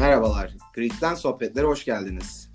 Merhabalar, Grid'den Sohbetlere hoş geldiniz.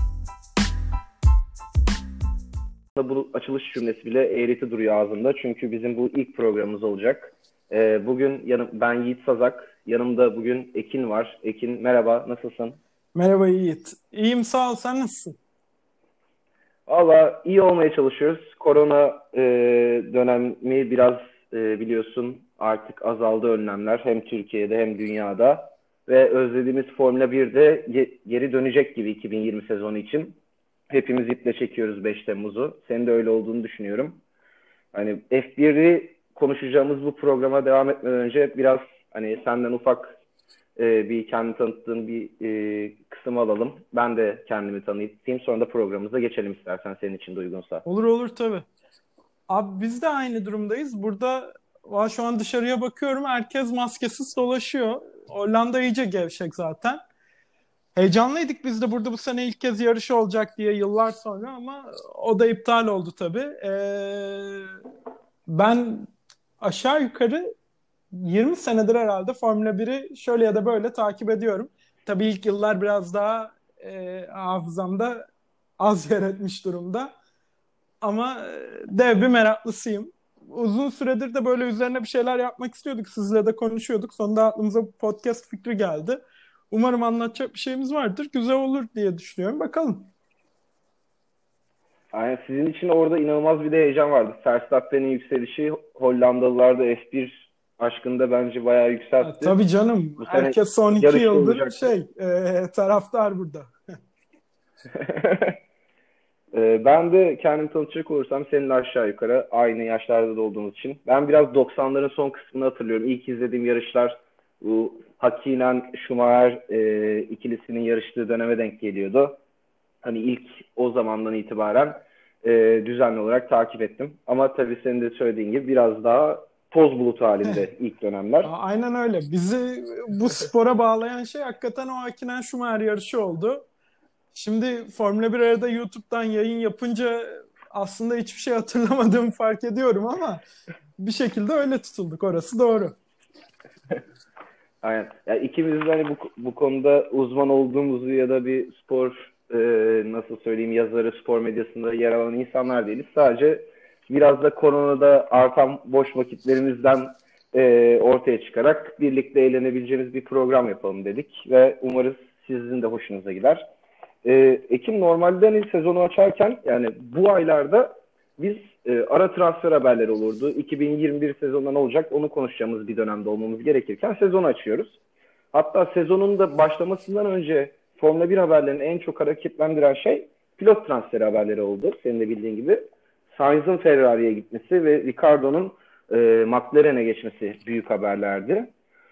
Bu açılış cümlesi bile eğreti duruyor ağzımda. Çünkü bizim bu ilk programımız olacak. Bugün ben Yiğit Sazak. Yanımda bugün Ekin var. Ekin merhaba, nasılsın? Merhaba Yiğit. İyiyim sağ ol. Sen nasılsın? Valla iyi olmaya çalışıyoruz. Korona dönemi biraz biliyorsun artık azaldı önlemler. Hem Türkiye'de hem dünyada. Ve özlediğimiz Formula 1'de geri dönecek gibi 2020 sezonu için. Hepimiz iple çekiyoruz 5 Temmuz'u. Senin de öyle olduğunu düşünüyorum. Hani F1'i konuşacağımız bu programa devam etmeden önce biraz hani senden ufak bir kendini tanıttığın bir kısım alalım. Ben de kendimi tanıtayım. Sonra da programımıza geçelim istersen senin için de uygunsa. Olur tabii. Abi biz de aynı durumdayız. Burada şu an dışarıya bakıyorum. Herkes maskesiz dolaşıyor. Hollanda iyice gevşek zaten. Heyecanlıydık biz de burada bu sene ilk kez yarışı olacak diye yıllar sonra ama o da iptal oldu tabii. Ben aşağı yukarı 20 senedir herhalde Formula 1'i şöyle ya da böyle takip ediyorum. Tabii ilk yıllar biraz daha hafızamda az yer etmiş durumda. Ama dev bir meraklısıyım. Uzun süredir de böyle üzerine bir şeyler yapmak istiyorduk. Sizle de konuşuyorduk. Sonunda aklımıza podcast fikri geldi. Umarım anlatacak bir şeyimiz vardır. Güzel olur diye düşünüyorum. Bakalım. Yani sizin için orada inanılmaz bir de heyecan vardı. Verstappen'in yükselişi Hollandalılar da F1 aşkında bence bayağı yükseltti. Tabii canım. Herkes son 2 yıldır taraftar burada. Ben de kendimi tanıtacak olursam seninle aşağı yukarı aynı yaşlarda da olduğumuz için. Ben biraz 90'ların son kısmını hatırlıyorum. İlk izlediğim yarışlar bu Hakkinen Schumacher ikilisinin yarıştığı döneme denk geliyordu. Hani ilk o zamandan itibaren düzenli olarak takip ettim. Ama tabii senin de söylediğin gibi biraz daha toz bulutu halinde ilk dönemler. Aynen öyle. Bizi bu spora bağlayan şey hakikaten o Hakkinen Schumacher yarışı oldu. Şimdi Formula 1 arada YouTube'dan yayın yapınca aslında hiçbir şey hatırlamadığımı fark ediyorum ama bir şekilde öyle tutulduk. Orası doğru. Aynen. Yani ikimiz de hani bu konuda uzman olduğumuzu ya da bir spor nasıl söyleyeyim yazarı, spor medyasında yer alan insanlar değiliz. Sadece biraz da koronada artan boş vakitlerimizden ortaya çıkarak birlikte eğlenebileceğimiz bir program yapalım dedik ve umarız sizin de hoşunuza gider. Ekim normalde hani sezonu açarken yani bu aylarda biz ara transfer haberleri olurdu. 2021 sezonunda ne olacak onu konuşacağımız bir dönemde olmamız gerekirken sezonu açıyoruz. Hatta sezonun da başlamasından önce Formula 1 haberlerini en çok hareketlendiren şey pilot transferi haberleri oldu. Senin de bildiğin gibi. Sainz'ın Ferrari'ye gitmesi ve Ricciardo'nun McLaren'e geçmesi büyük haberlerdi.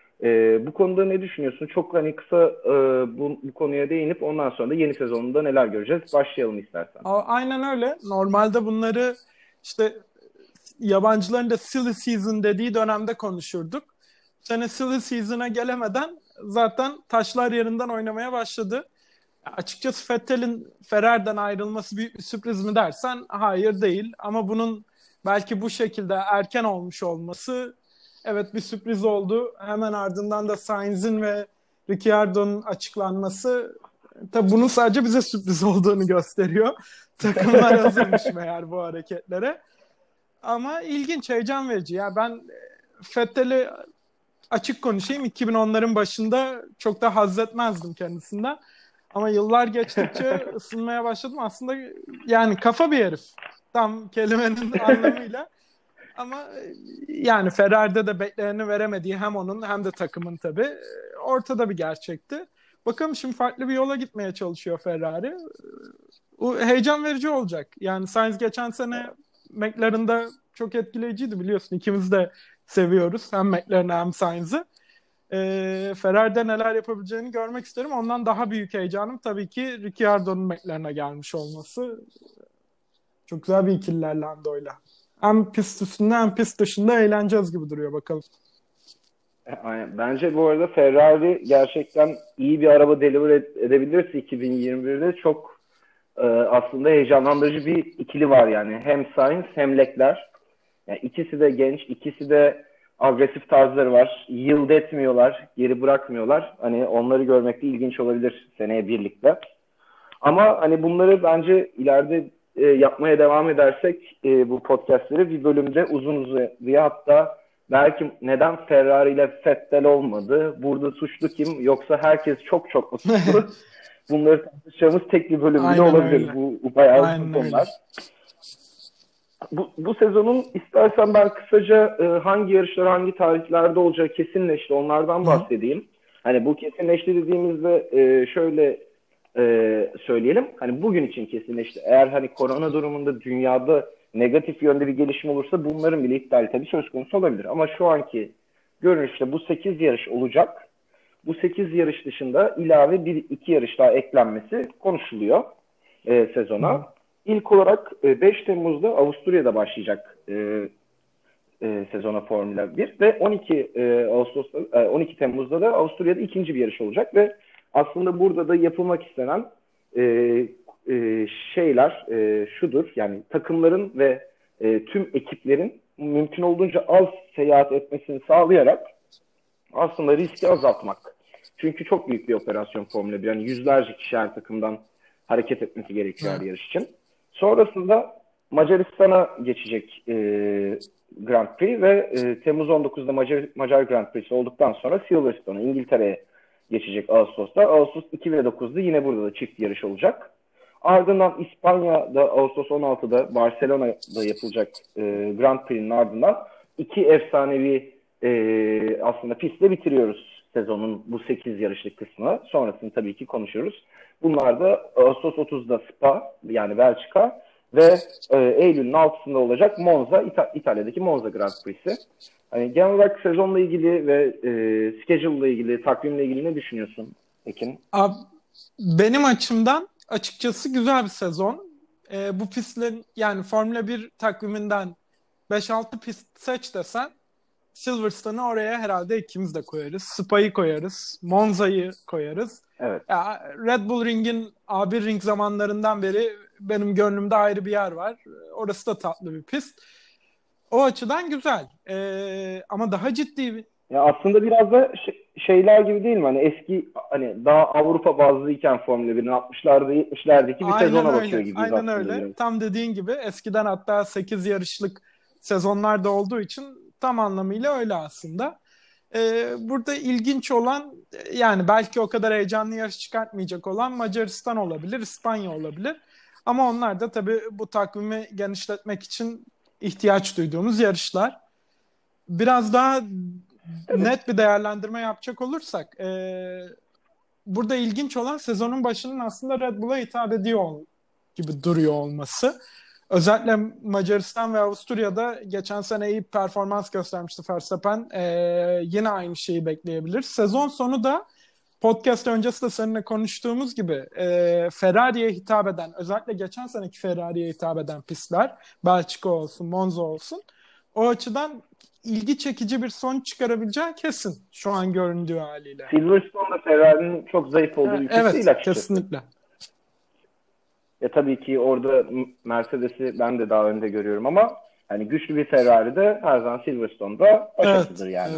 Bu konuda ne düşünüyorsun? Çok hani kısa bu konuya değinip ondan sonra da yeni sezonunda neler göreceğiz? Başlayalım istersen. Aynen öyle. Normalde bunları işte yabancıların da silly season dediği dönemde konuşurduk. Bu sene silly season'a gelemeden zaten taşlar yerinden oynamaya başladı. Açıkçası Vettel'in Ferrari'den ayrılması büyük bir sürpriz mi dersen hayır değil. Ama bunun belki bu şekilde erken olmuş olması evet bir sürpriz oldu. Hemen ardından da Sainz'in ve Ricciardo'nun açıklanması tabii bunun sadece bize sürpriz olduğunu gösteriyor. Takımlar hazırmış meğer bu hareketlere. Ama ilginç, heyecan verici. Ya ben Vettel'i açık konuşayım 2010'ların başında çok da haz etmezdim kendisinden. Ama yıllar geçtikçe ısınmaya başladım. Aslında yani kafa bir herif. Tam kelimenin anlamıyla. Ama yani Ferrari'de de bekleneni veremediği hem onun hem de takımın tabii ortada bir gerçekti. Bakalım şimdi farklı bir yola gitmeye çalışıyor Ferrari. O heyecan verici olacak. Yani Sainz geçen sene McLaren'da çok etkileyiciydi biliyorsun. İkimiz de seviyoruz. Hem McLaren'ı hem Sainz'ı. Ferrari'de neler yapabileceğini görmek isterim. Ondan daha büyük heyecanım tabii ki Ricciardo'nun McLaren'a gelmiş olması. Çok güzel bir ikililer Lando'yla. Hem pist üstünde hem pist dışında eğleneceğiz gibi duruyor bakalım. Aynen. Bence bu arada Ferrari gerçekten iyi bir araba deliver edebilirse 2021'de çok aslında heyecanlandırıcı bir ikili var yani. Hem Sainz hem Leclerc. Yani ikisi de genç, ikisi de agresif tarzları var. Yield etmiyorlar, geri bırakmıyorlar. Hani onları görmek de ilginç olabilir seneye birlikte. Ama hani bunları bence ileride yapmaya devam edersek bu podcastleri bir bölümde uzun uzadıya, hatta belki neden Ferrari ile Vettel olmadı? Burada suçlu kim? Yoksa herkes çok çok mu suçlu? Bunları tartışacağımız tek bir bölüm bile Aynen olabilir. öyle. Bu bayağı Aynen uzun öyle. konular. Bu sezonun istersen ben kısaca hangi yarışlar hangi tarihlerde olacağı kesinleşti. Onlardan bahsedeyim. Hani bu kesinleşti dediğimizde şöyle söyleyelim. Hani bugün için kesinleşti. Eğer hani korona durumunda dünyada negatif yönde bir gelişme olursa bunların bile iptali tabii söz konusu olabilir. Ama şu anki görünüşte bu 8 yarış olacak. Bu 8 yarış dışında ilave 1-2 yarış daha eklenmesi konuşuluyor sezona. İlk olarak 5 Temmuz'da Avusturya'da başlayacak sezona Formula 1 ve 12 Temmuz'da da Avusturya'da ikinci bir yarış olacak ve aslında burada da yapılmak istenen şeyler şudur, yani takımların ve tüm ekiplerin mümkün olduğunca az seyahat etmesini sağlayarak aslında riski azaltmak. Çünkü çok büyük bir operasyon Formula 1. Yani yüzlerce kişi her takımdan hareket etmesi gerekiyor her yarış için. Sonrasında Macaristan'a geçecek Grand Prix ve Temmuz 19'da Macar Grand Prix'si olduktan sonra Silverstone'a, İngiltere'ye geçecek Ağustos'ta. Ağustos 2 ve 9'da yine burada da çift yarış olacak. Ardından İspanya'da Ağustos 16'da Barcelona'da yapılacak Grand Prix'nin ardından iki efsanevi aslında pistle bitiriyoruz sezonun bu 8 yarışlık kısmını. Sonrasını tabii ki konuşuruz. Bunlar da Ağustos 30'da Spa, yani Belçika ve Eylül'ün 6'sında olacak Monza, İtalya'daki Monza Grand Prix'si. Hani genel olarak sezonla ilgili ve schedule'la ilgili, takvimle ilgili ne düşünüyorsun Ekin? Abi, benim açımdan açıkçası güzel bir sezon. Bu pistlerin, yani Formula 1 takviminden 5-6 pist seç desen Silverstone'u oraya herhalde ikimiz de koyarız. Spa'yı koyarız. Monza'yı koyarız. Evet. Ya, Red Bull Ring'in A1 Ring zamanlarından beri benim gönlümde ayrı bir yer var. Orası da tatlı bir pist. O açıdan güzel. Ama daha ciddi bir... Ya aslında biraz da şeyler gibi değil mi? Hani eski, hani daha Avrupa bazlıyken Formula 1'in 60'larda 70'lerdeki bir sezona bakıyor gibiyiz aynen aslında. öyle. Biraz. Tam dediğin gibi eskiden hatta 8 yarışlık sezonlarda olduğu için tam anlamıyla öyle aslında. Burada ilginç olan, yani belki o kadar heyecanlı yarış çıkartmayacak olan Macaristan olabilir, İspanya olabilir. Ama onlar da tabii bu takvimi genişletmek için ihtiyaç duyduğumuz yarışlar. Biraz daha net bir değerlendirme yapacak olursak, burada ilginç olan sezonun başının aslında Red Bull'a hitap ediyor gibi duruyor olması. Özellikle Macaristan ve Avusturya'da geçen sene iyi performans göstermişti Verstappen. Yine aynı şeyi bekleyebilir. Sezon sonu da podcast öncesi de seninle konuştuğumuz gibi Ferrari'ye hitap eden, özellikle geçen seneki Ferrari'ye hitap eden pistler, Belçika olsun, Monza olsun, o açıdan ilgi çekici bir sonuç çıkarabileceği kesin şu an göründüğü haliyle. Silverstone'da Ferrari'nin çok zayıf olduğu bir pist değil Evet, açıkçası. kesinlikle. Tabii ki orada Mercedes'i ben de daha önde görüyorum ama hani güçlü bir Ferrari'de her zaman Silverstone'da başarılıdır yani.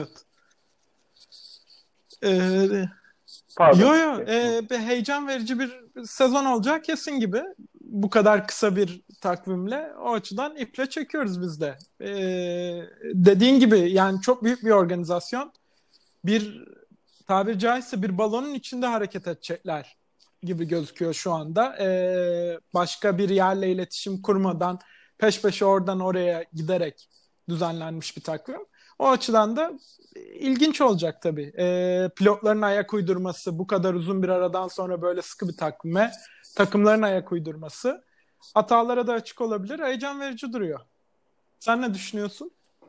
Evet. Pardon. Bir heyecan verici bir sezon olacak kesin gibi. Bu kadar kısa bir takvimle o açıdan iple çekiyoruz biz de. Dediğin gibi yani çok büyük bir organizasyon. Bir, tabiri caizse bir balonun içinde hareket edecekler gibi gözüküyor şu anda. Başka bir yerle iletişim kurmadan peş peşe oradan oraya giderek düzenlenmiş bir takvim. O açıdan da ilginç olacak tabii. Pilotların ayak uydurması, bu kadar uzun bir aradan sonra böyle sıkı bir takvime takımların ayak uydurması hatalara da açık olabilir. Heyecan verici duruyor. Sen ne düşünüyorsun?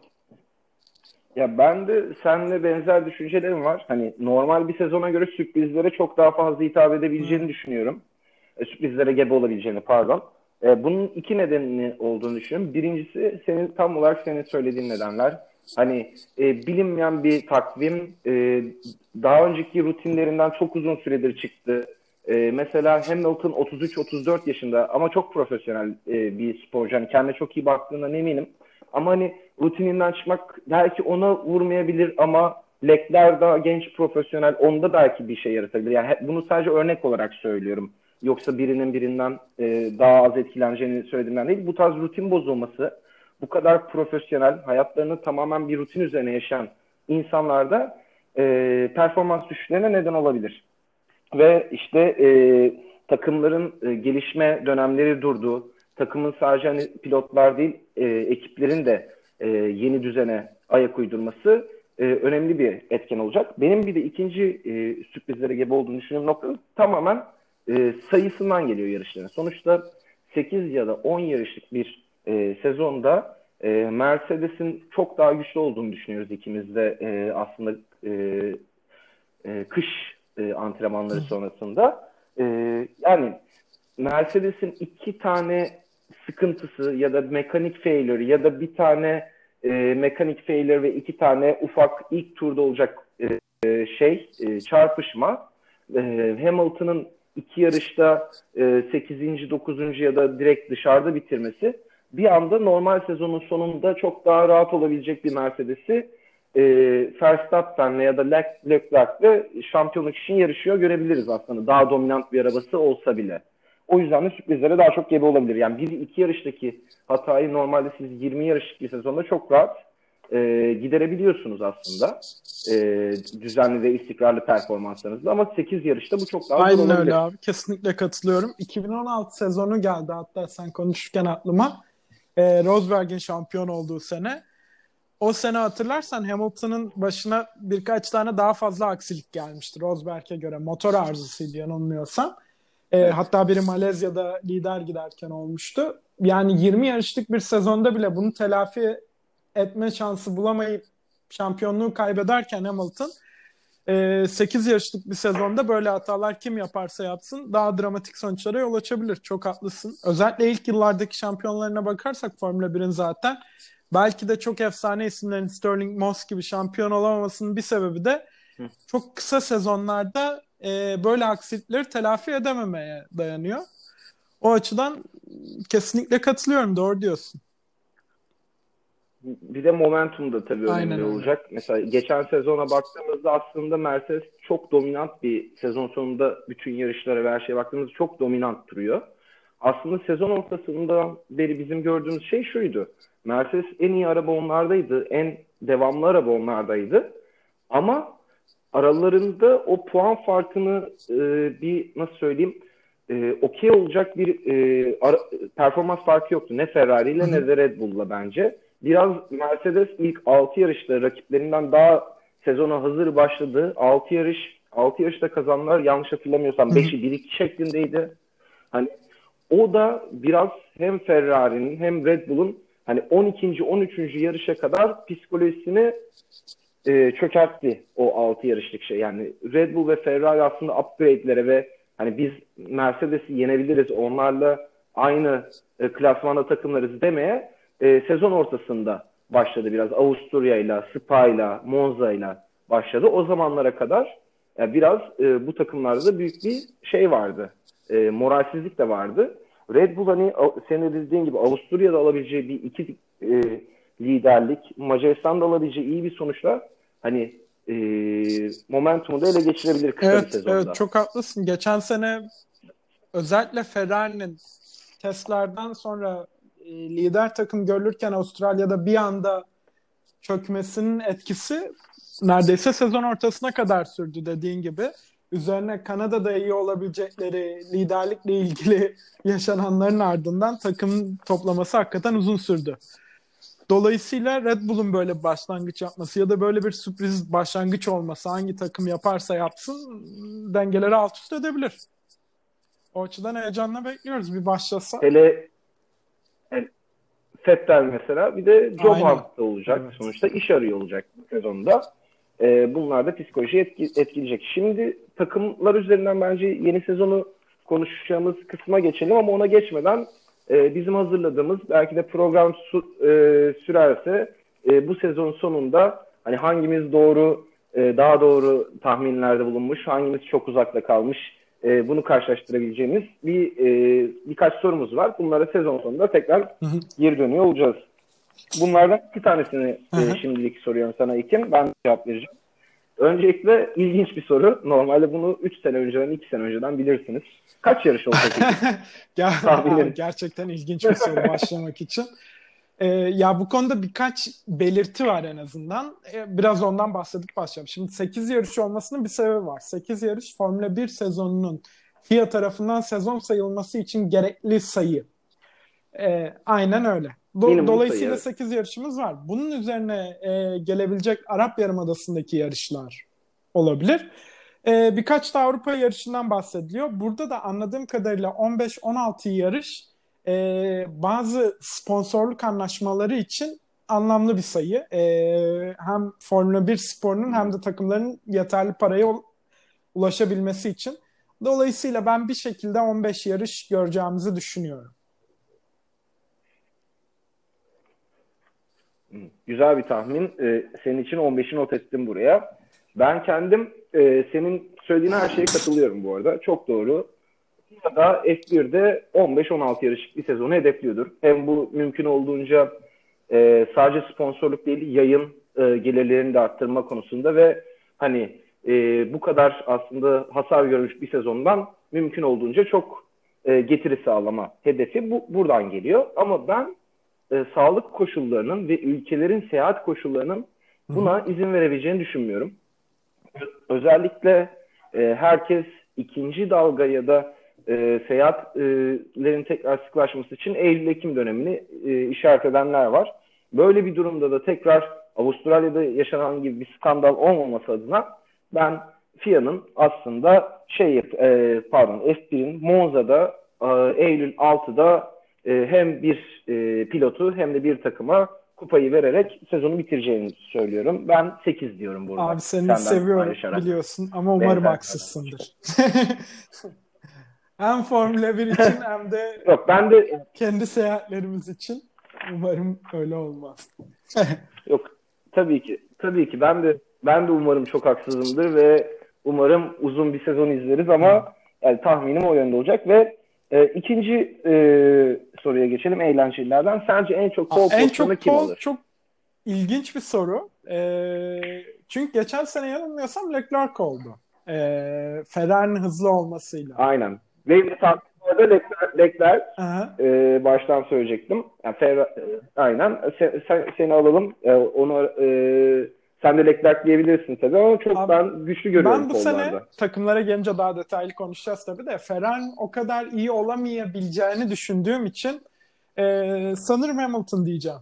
Ya ben de seninle benzer düşüncelerim var. Hani normal bir sezona göre sürprizlere çok daha fazla hitap edebileceğini düşünüyorum. Sürprizlere gebe olabileceğini, pardon. Bunun iki nedeni olduğunu düşünüyorum. Birincisi tam olarak senin söylediğin nedenler. Hani bilinmeyen bir takvim daha önceki rutinlerinden çok uzun süredir çıktı. Mesela Hamilton 33-34 yaşında ama çok profesyonel bir sporcu. Yani kendine çok iyi baktığından eminim. Ama hani rutininden çıkmak belki ona vurmayabilir ama Leclerc daha genç profesyonel, onda belki bir şey yaratabilir. Yani bunu sadece örnek olarak söylüyorum. Yoksa birinin birinden daha az etkileneceğini söylediğimden değil. Bu tarz rutin bozulması, bu kadar profesyonel, hayatlarını tamamen bir rutin üzerine yaşayan insanlarda performans düşüşlerine neden olabilir. Ve işte takımların gelişme dönemleri durdu. Takımın sadece hani pilotlar değil, ekiplerin de yeni düzene ayak uydurması önemli bir etken olacak. Benim bir de ikinci sürprizlere gebe olduğunu düşündüğüm nokta tamamen sayısından geliyor yarışların. Sonuçta 8 ya da 10 yarışlık bir sezonda Mercedes'in çok daha güçlü olduğunu düşünüyoruz ikimiz de aslında kış antrenmanları sonrasında. Yani Mercedes'in 2 tane sıkıntısı ya da mekanik failure ya da bir tane mekanik failure ve 2 tane ufak ilk turda olacak çarpışma Hamilton'ın 2 yarışta 8. 9. ya da direkt dışarıda bitirmesi bir anda normal sezonun sonunda çok daha rahat olabilecek bir Mercedes'i Verstappen'le ya da Leclerc'le şampiyonluk için yarışıyor görebiliriz aslında. Daha dominant bir arabası olsa bile. O yüzden de sürprizlere daha çok gebe olabilir. Yani 1-2 yarıştaki hatayı normalde siz 20 yarışlık bir sezonda çok rahat giderebiliyorsunuz aslında. Düzenli ve istikrarlı performanslarınızla. Ama 8 yarışta bu çok daha zor olabilir. Aynen öyle abi. Kesinlikle katılıyorum. 2016 sezonu geldi hatta sen konuşurken aklıma. Rosberg'in şampiyon olduğu sene. O sene hatırlarsan Hamilton'ın başına birkaç tane daha fazla aksilik gelmişti Rosberg'e göre. Motor arızasıydı yanılmıyorsam. Evet. Hatta biri Malezya'da lider giderken olmuştu. Yani 20 yarışlık bir sezonda bile bunu telafi etme şansı bulamayıp şampiyonluğu kaybederken Hamilton 8 yarışlık bir sezonda böyle hatalar kim yaparsa yapsın daha dramatik sonuçlara yol açabilir. Çok haklısın. Özellikle ilk yıllardaki şampiyonlarına bakarsak Formula 1'in zaten belki de çok efsane isimlerin Sterling Moss gibi şampiyon olamamasının bir sebebi de çok kısa sezonlarda böyle aksilikleri telafi edememeye dayanıyor. O açıdan kesinlikle katılıyorum. Doğru diyorsun. Bir de momentum da tabii önemli olacak. Mesela geçen sezona baktığımızda aslında Mercedes çok dominant bir sezon sonunda bütün yarışlara ve her şeye baktığımızda çok dominant duruyor. Aslında sezon ortasından beri bizim gördüğümüz şey şuydu. Mercedes en iyi araba onlardaydı. En devamlı araba onlardaydı. Ama aralarında o puan farkını bir nasıl söyleyeyim okey olacak bir performans farkı yoktu. Ne Ferrari ile ne de Red Bull'la bence. Biraz Mercedes ilk 6 yarışta rakiplerinden daha sezona hazır başladı. 6 yarışta kazananlar yanlış hatırlamıyorsam 5'i 1-2 şeklindeydi. Hani o da biraz hem Ferrari'nin hem Red Bull'un hani 12. 13. yarışa kadar psikolojisini çökertti o 6 yarışlık şey. Yani Red Bull ve Ferrari aslında upgrade'lere ve hani biz Mercedes'i yenebiliriz, onlarla aynı klasmanda takımlarız demeye sezon ortasında başladı biraz. Avusturya'yla, Spa'yla, Monza'yla başladı. O zamanlara kadar biraz bu takımlarda da büyük bir şey vardı. Moralsizlik de vardı. Red Bull hani senin de dediğin gibi Avusturya'da alabileceği bir iki liderlik, Macaristan'da alabileceği iyi bir sonuçla hani momentumu da ele geçirebilir kısa bir sezonda. Evet, çok haklısın. Geçen sene özellikle Ferrari'nin testlerden sonra lider takım görülürken Avustralya'da bir anda çökmesinin etkisi neredeyse sezon ortasına kadar sürdü dediğin gibi. Üzerine Kanada'da iyi olabilecekleri liderlikle ilgili yaşananların ardından takım toplaması hakikaten uzun sürdü. Dolayısıyla Red Bull'un böyle bir başlangıç yapması ya da böyle bir sürpriz başlangıç olması hangi takım yaparsa yapsın dengeleri alt üst edebilir. O açıdan heyecanla bekliyoruz bir başlasa. Hele Vettel mesela bir de job hunt'ta olacak. Evet. Sonuçta iş arıyor olacak bu sezonda. Bunlar da psikolojiyi etkileyecek. Şimdi takımlar üzerinden bence yeni sezonu konuşacağımız kısma geçelim ama ona geçmeden bizim hazırladığımız belki de program sürerse bu sezon sonunda hani hangimiz daha doğru tahminlerde bulunmuş, hangimiz çok uzakta kalmış bunu karşılaştırabileceğimiz birkaç sorumuz var. Bunlara sezon sonunda tekrar geri dönüyor olacağız. Bunlardan iki tanesini Hı. şimdilik soruyorum sana Ekim. Ben cevap vereceğim. Öncelikle ilginç bir soru. Normalde bunu 3 sene önceden, 2 sene önceden bilirsiniz. Kaç yarış olacak Ekim? Tahminin. Gerçekten ilginç bir soru başlamak için. Ya bu konuda birkaç belirti var en azından. Biraz ondan bahsedip başlayalım. Şimdi 8 yarış olmasının bir sebebi var. 8 yarış Formula 1 sezonunun FIA tarafından sezon sayılması için gerekli sayı. Aynen öyle. Minimum sayı. Dolayısıyla Evet. 8 yarışımız var. Bunun üzerine gelebilecek Arap Yarımadası'ndaki yarışlar olabilir. Birkaç da Avrupa yarışından bahsediliyor. Burada da anladığım kadarıyla 15-16 yarış bazı sponsorluk anlaşmaları için anlamlı bir sayı. Hem Formula 1 sporunun hem de takımların yeterli paraya ulaşabilmesi için. Dolayısıyla ben bir şekilde 15 yarış göreceğimizi düşünüyorum. Güzel bir tahmin. Senin için 15'i not ettim buraya. Ben kendim senin söylediğin her şeye katılıyorum bu arada. Çok doğru. Ya da F1'de 15-16 yarışlık bir sezonu hedefliyordur. Hem bu mümkün olduğunca sadece sponsorluk değil, yayın gelirlerini de arttırma konusunda ve hani bu kadar aslında hasar görmüş bir sezondan mümkün olduğunca çok getiri sağlama hedefi buradan geliyor. Ama ben sağlık koşullarının ve ülkelerin seyahat koşullarının buna izin verebileceğini düşünmüyorum. Özellikle herkes ikinci dalga ya da seyahatlerin tekrar sıklaşması için Eylül-Ekim dönemini işaret edenler var. Böyle bir durumda da tekrar Avustralya'da yaşanan gibi bir skandal olmaması adına ben FIA'nın aslında F1'in Monza'da Eylül 6'da hem bir pilotu hem de bir takıma kupayı vererek sezonu bitireceğini söylüyorum. Ben 8 diyorum burada. Abi seni seviyorum biliyorsun ama umarım haksızsındır. Hem Formula 1 için hem de Yok, ben de kendi seyahatlerimiz için umarım öyle olmaz. Yok, tabii ki ben de umarım çok haksızımdır ve umarım uzun bir sezon izleriz ama yani tahminim o yönde olacak ve ikinci soruya geçelim eğlencelerden. Sence en çok pole pozisyonu kim alır? Çok ilginç bir soru. Çünkü geçen sene yanılmıyorsam Leclerc oldu. Ferrari'nin hızlı olmasıyla. Aynen. Ve tartışmada Leclerc baştan söyleyecektim. Yani aynen. Seni alalım. Onu sen de Leclerc diyebilirsin tabii ama çok abi, ben güçlü görüyorum. Ben bu sene takımlara gelince daha detaylı konuşacağız tabii de Ferrari'nin o kadar iyi olamayabileceğini düşündüğüm için sanırım Hamilton diyeceğim.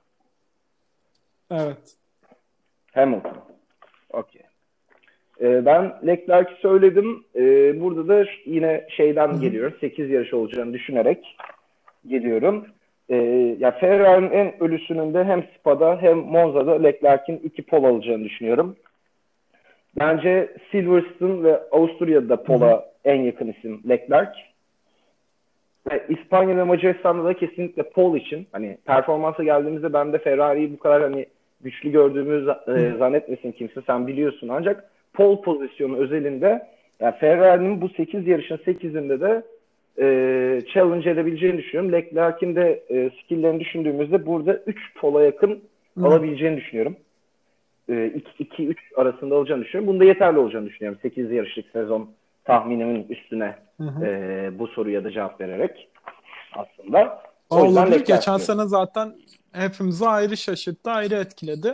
Evet. Hamilton. Okey. Ben Leclerc'i söyledim. Burada da yine şeyden geliyorum. 8 yarış olacağını düşünerek geliyorum. Ya Ferrari'nin en ölüsünün de hem Spa'da hem Monza'da Leclerc'in 2 pole alacağını düşünüyorum. Bence Silverstone ve Avusturya'da pole'a en yakın isim Leclerc. Ve İspanya ve Macaristan'da da kesinlikle pole için hani performansa geldiğimizde ben de Ferrari'yi bu kadar hani güçlü gördüğümü zannetmesin kimse. Sen biliyorsun ancak pole pozisyonu özelinde yani Ferrari'nin bu 8 yarışın 8'inde de challenge edebileceğini düşünüyorum. Leclerc'in de skill'lerini düşündüğümüzde burada 3 pole'a yakın alabileceğini düşünüyorum. 2-3 arasında olacağını düşünüyorum. Bunda yeterli olacağını düşünüyorum. 8 yarışlık sezon tahminimin üstüne bu soruya da cevap vererek aslında. O olabilir. Geçen sene zaten hepimizi ayrı şaşırttı, ayrı etkiledi.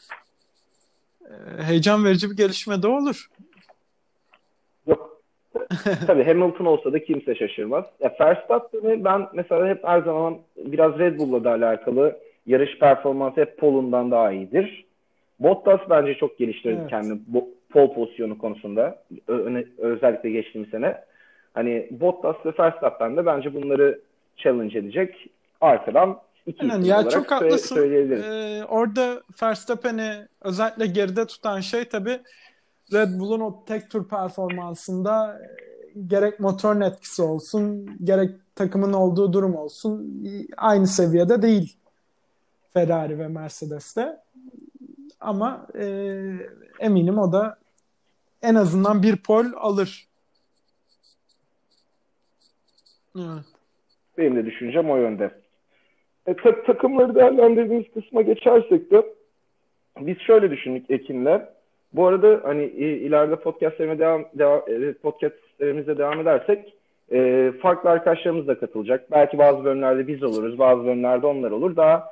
Heyecan verici bir gelişme de olur. Yok. Tabii Hamilton olsa da kimse şaşırmaz. Ya Verstappen'i ben mesela hep her zaman biraz Red Bull'la da alakalı yarış performansı hep Pole'undan daha iyidir. Bottas bence çok geliştirdi kendini pole pozisyonu konusunda. Özellikle geçtiğimiz sene. Hani Bottas ve Verstappen de bence bunları challenge edecek. Arkadan iki isim olarak çok haklısın. Söyleyebiliriz. Orada Verstappen'i özellikle geride tutan şey tabii Red Bull'un o tek tur performansında gerek motorun etkisi olsun, gerek takımın olduğu durum olsun aynı seviyede değil Ferrari ve Mercedes'te. Ama eminim o da en azından bir pole alır. Evet. Benim de düşüncem o yönde. Takımları değerlendirdiğimiz kısma geçersek de biz şöyle düşündük Ekin'le. Bu arada hani ileride podcastlerimize devam edersek farklı arkadaşlarımız da katılacak. Belki bazı bölümlerde biz oluruz, bazı bölümlerde onlar olur. Daha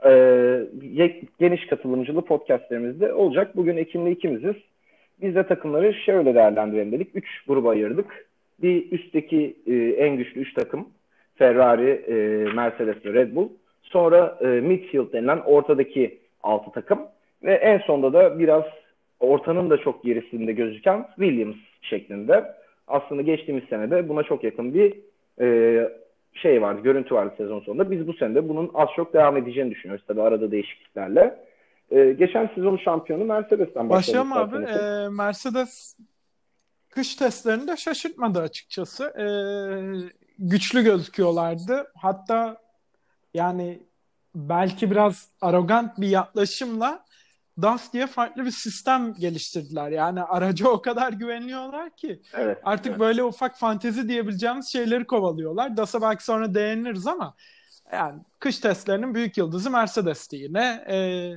geniş katılımcılı podcastlerimizde olacak. Bugün Ekin'le ikimiziz. Biz de takımları şöyle değerlendirelim dedik. 3 gruba ayırdık. Bir üstteki en güçlü 3 takım. Ferrari, Mercedes ve Red Bull. Sonra midfield denilen ortadaki 6 takım. Ve en sonda da biraz ortanın da çok gerisinde gözüken Williams şeklinde. Aslında geçtiğimiz senede buna çok yakın bir şey vardı, görüntü vardı sezon sonunda. Biz bu sene de bunun az çok devam edeceğini düşünüyoruz tabii arada değişikliklerle. Geçen sezonun şampiyonu Mercedes'ten başlayalım abi. Mercedes kış testlerinde şaşırtmadı açıkçası. Güçlü gözüküyorlardı. Hatta yani belki biraz arrogant bir yaklaşımla DAS diye farklı bir sistem geliştirdiler. Yani araca o kadar güveniyorlar ki artık böyle ufak fantezi diyebileceğimiz şeyleri kovalıyorlar. DAS'a belki sonra değiniriz ama yani kış testlerinin büyük yıldızı Mercedes'ti yine.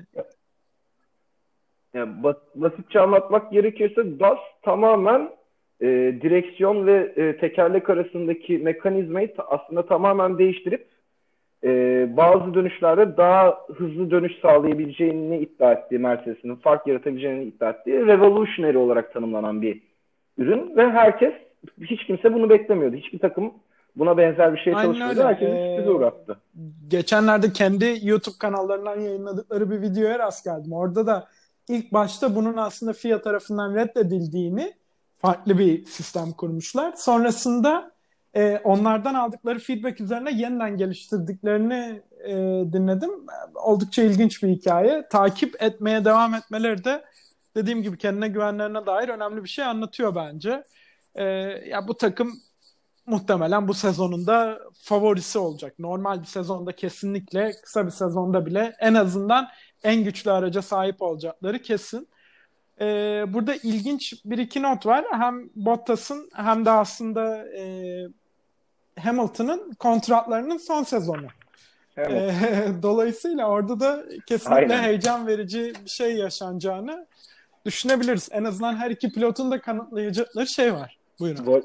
Yani basitçe anlatmak gerekirse DAS tamamen direksiyon ve tekerlek arasındaki mekanizmayı aslında tamamen değiştirip bazı dönüşlerde daha hızlı dönüş sağlayabileceğini iddia ettiği, Mercedes'in fark yaratabileceğini iddia ettiği revolutionary olarak tanımlanan bir ürün ve hiç kimse bunu beklemiyordu. Hiçbir takım buna benzer bir şey çalışmıyordu. Herkes sürprize uğrattı. Geçenlerde kendi YouTube kanallarından yayınladıkları bir videoya rast geldim. Orada da ilk başta bunun aslında FIA tarafından reddedildiğini, farklı bir sistem kurmuşlar. Sonrasında onlardan aldıkları feedback üzerine yeniden geliştirdiklerini dinledim. Oldukça ilginç bir hikaye. Takip etmeye devam etmeleri de dediğim gibi kendine güvenlerine dair önemli bir şey anlatıyor bence. Ya bu takım muhtemelen bu sezonun da favorisi olacak. Normal bir sezonda kesinlikle, kısa bir sezonda bile en azından en güçlü araca sahip olacakları kesin. Burada ilginç bir iki not var. Hem Bottas'ın hem de aslında Hamilton'ın kontratlarının son sezonu. Dolayısıyla orada da kesinlikle heyecan verici bir şey yaşanacağını düşünebiliriz. En azından her iki pilotun da kanıtlayacakları şey var. Buyurun.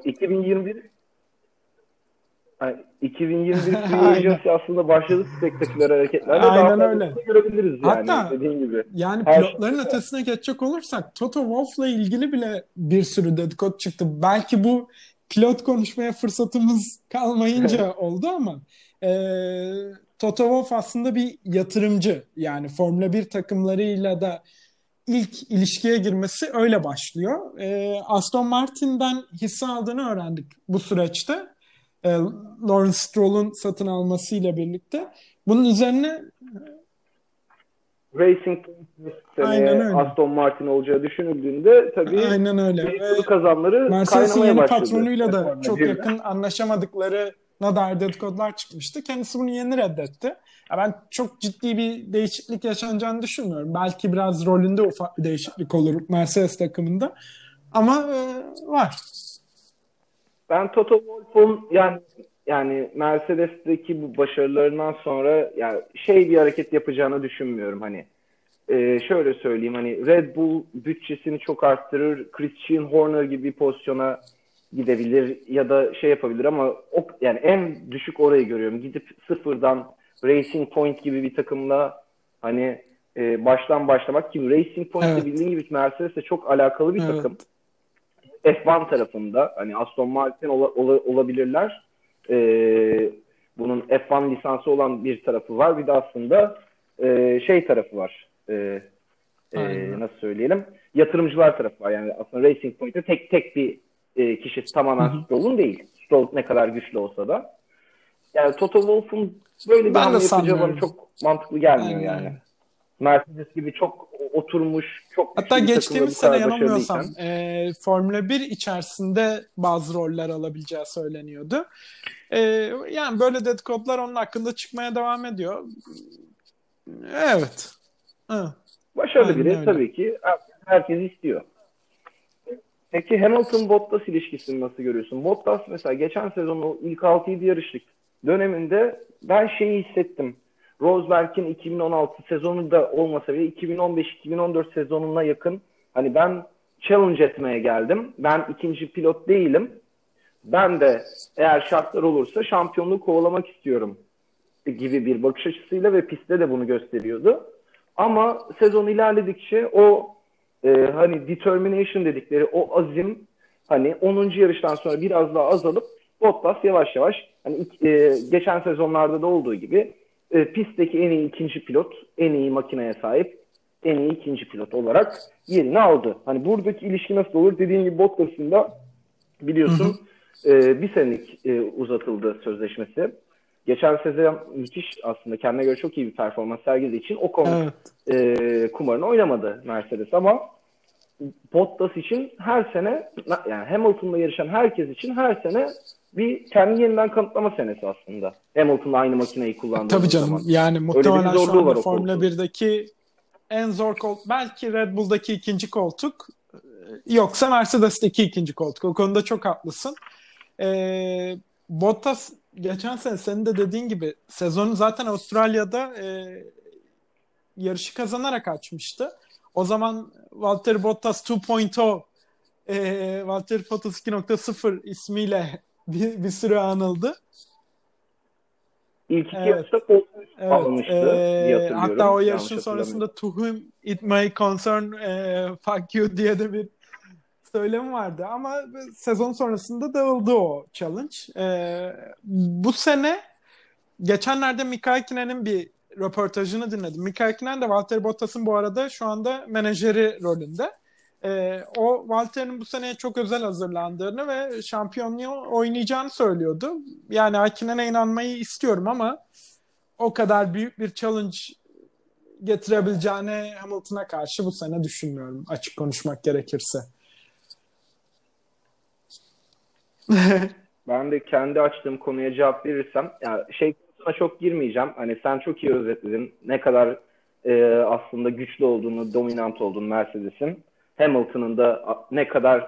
2021 Free Agency aslında başladı spektaküler hareketlerle. Aynen öyle. Görebiliriz yani. Hatta dediğin gibi. Yani pilotların ötesine geçecek olursak Toto Wolff'la ilgili bile bir sürü dedikodu çıktı. Belki bu pilot konuşmaya fırsatımız kalmayınca oldu ama Toto Wolff aslında bir yatırımcı. Yani Formula 1 takımlarıyla da ilk ilişkiye girmesi öyle başlıyor. Aston Martin'den hisse aldığını öğrendik bu süreçte. Lawrence Stroll'un satın almasıyla birlikte. Bunun üzerine Racing Point Aston Martin olacağı düşünüldüğünde tabii aynen öyle. Büyük kazanları Mercedes'in yeni başladı. patronuyla da çok yakın anlaşamadıklarına dair dedikodular çıkmıştı. Kendisi bunu yeni reddetti. Ya ben çok ciddi bir değişiklik yaşanacağını düşünmüyorum. Belki biraz rolünde ufak bir değişiklik olur Mercedes takımında. Ama var. Ben Toto Wolff'un yani Mercedes'teki bu başarılarından sonra yani bir hareket yapacağını düşünmüyorum hani. Şöyle söyleyeyim hani Red Bull bütçesini çok arttırır, Christian Horner gibi bir pozisyona gidebilir ya da yapabilir ama yani en düşük orayı görüyorum. Gidip sıfırdan Racing Point gibi bir takımla hani baştan başlamak gibi. Racing Point bildiğin gibi Mercedes'le çok alakalı bir takım. F1 tarafında hani Aston Martin olabilirler. Bunun F1 lisansı olan bir tarafı var. Bir de aslında tarafı var. Nasıl söyleyelim? Yatırımcılar tarafı var. Yani aslında Racing Point'te tek bir kişisi tamamen Stroll'un değil. Stroll ne kadar güçlü olsa da. Yani Toto Wolff'un böyle bir hamle yapacağı bana çok mantıklı gelmiyor yani. Mercedes gibi çok oturmuş, çok hatta geçtiğimiz sene yanılmıyorsam Formula 1 içerisinde bazı roller alabileceği söyleniyordu. Yani böyle dedikodular onun hakkında çıkmaya devam ediyor. Evet. Başarılı biri tabii ki. Herkes istiyor. Peki Hamilton-Bottas ilişkisini nasıl görüyorsun? Bottas mesela geçen sezon o ilk 6-7 yarışlık döneminde ben hissettim. Rosberg'in 2016 sezonu da olmasa bile 2015-2014 sezonuna yakın hani ben challenge etmeye geldim. Ben ikinci pilot değilim. Ben de eğer şartlar olursa şampiyonluğu kovalamak istiyorum gibi bir bakış açısıyla ve pistte de bunu gösteriyordu. Ama sezon ilerledikçe o hani determination dedikleri o azim hani 10. yarıştan sonra biraz daha azalıp Bottas yavaş yavaş hani geçen sezonlarda da olduğu gibi pistteki en iyi ikinci pilot, en iyi makineye sahip en iyi ikinci pilot olarak yerini aldı. Hani buradaki ilişki nasıl olur? Dediğim gibi Bottas'ın da biliyorsun bir senelik uzatıldı sözleşmesi. Geçen sezon müthiş aslında kendine göre çok iyi bir performans sergilediği için o konu kumarını oynamadı Mercedes ama Bottas için her sene yani Hamilton'la yarışan herkes için her sene bir kendi yeniden kanıtlama senesi aslında. Hamilton'la aynı makineyi kullandığı Tabii canım. zaman. Yani muhtemelen şu anda Formula koltuğun. 1'deki en zor koltuk. Belki Red Bull'daki ikinci koltuk. Yoksa Mercedes'teki ikinci koltuk. O konuda çok haklısın. Bottas geçen sene senin de dediğin gibi sezonu zaten Avustralya'da yarışı kazanarak açmıştı. O zaman Valtteri Bottas 2.0 Valtteri Bottas 2.0 ismiyle bir süre anıldı. İlk iki yarışta koltuğu almıştı diye hatırlıyorum. Hatta o yarışın sonrasında to whom it may concern fuck you diye de bir söylem vardı. Ama sezon sonrasında dağıldı o challenge. Bu sene geçenlerde Mika Hakkinen'in bir röportajını dinledim. Mika Hakkinen de Valtteri Bottas'ın bu arada şu anda menajeri rolünde. O Valtteri'nin bu seneye çok özel hazırlandığını ve şampiyonluğu oynayacağını söylüyordu. Yani Hakkinen'e inanmayı istiyorum ama o kadar büyük bir challenge getirebileceğini Hamilton'a karşı bu sene düşünmüyorum. Açık konuşmak gerekirse. Ben de kendi açtığım konuya cevap verirsem yani konusuna çok girmeyeceğim. Hani sen çok iyi özetledin. Ne kadar aslında güçlü olduğunu, dominant olduğunu Mercedes'in. Hamilton'ın da ne kadar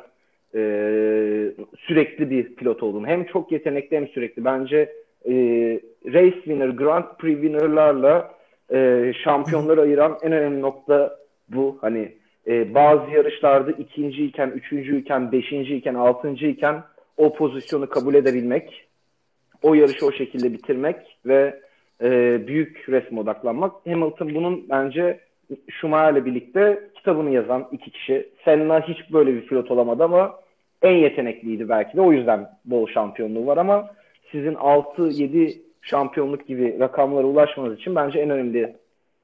sürekli bir pilot olduğunu. Hem çok yetenekli hem sürekli. Bence race winner, Grand Prix winner'larla şampiyonları ayıran en önemli nokta bu. Hani bazı yarışlarda ikinciyken, üçüncüyken, beşinciyken, altıncıyken o pozisyonu kabul edebilmek, o yarışı o şekilde bitirmek ve büyük resme odaklanmak. Hamilton bunun bence Schumacher'le birlikte kitabını yazan iki kişi. Senna hiç böyle bir pilot olamadı ama en yetenekliydi belki de. O yüzden bol şampiyonluğu var ama sizin 6-7 şampiyonluk gibi rakamlara ulaşmanız için bence en önemli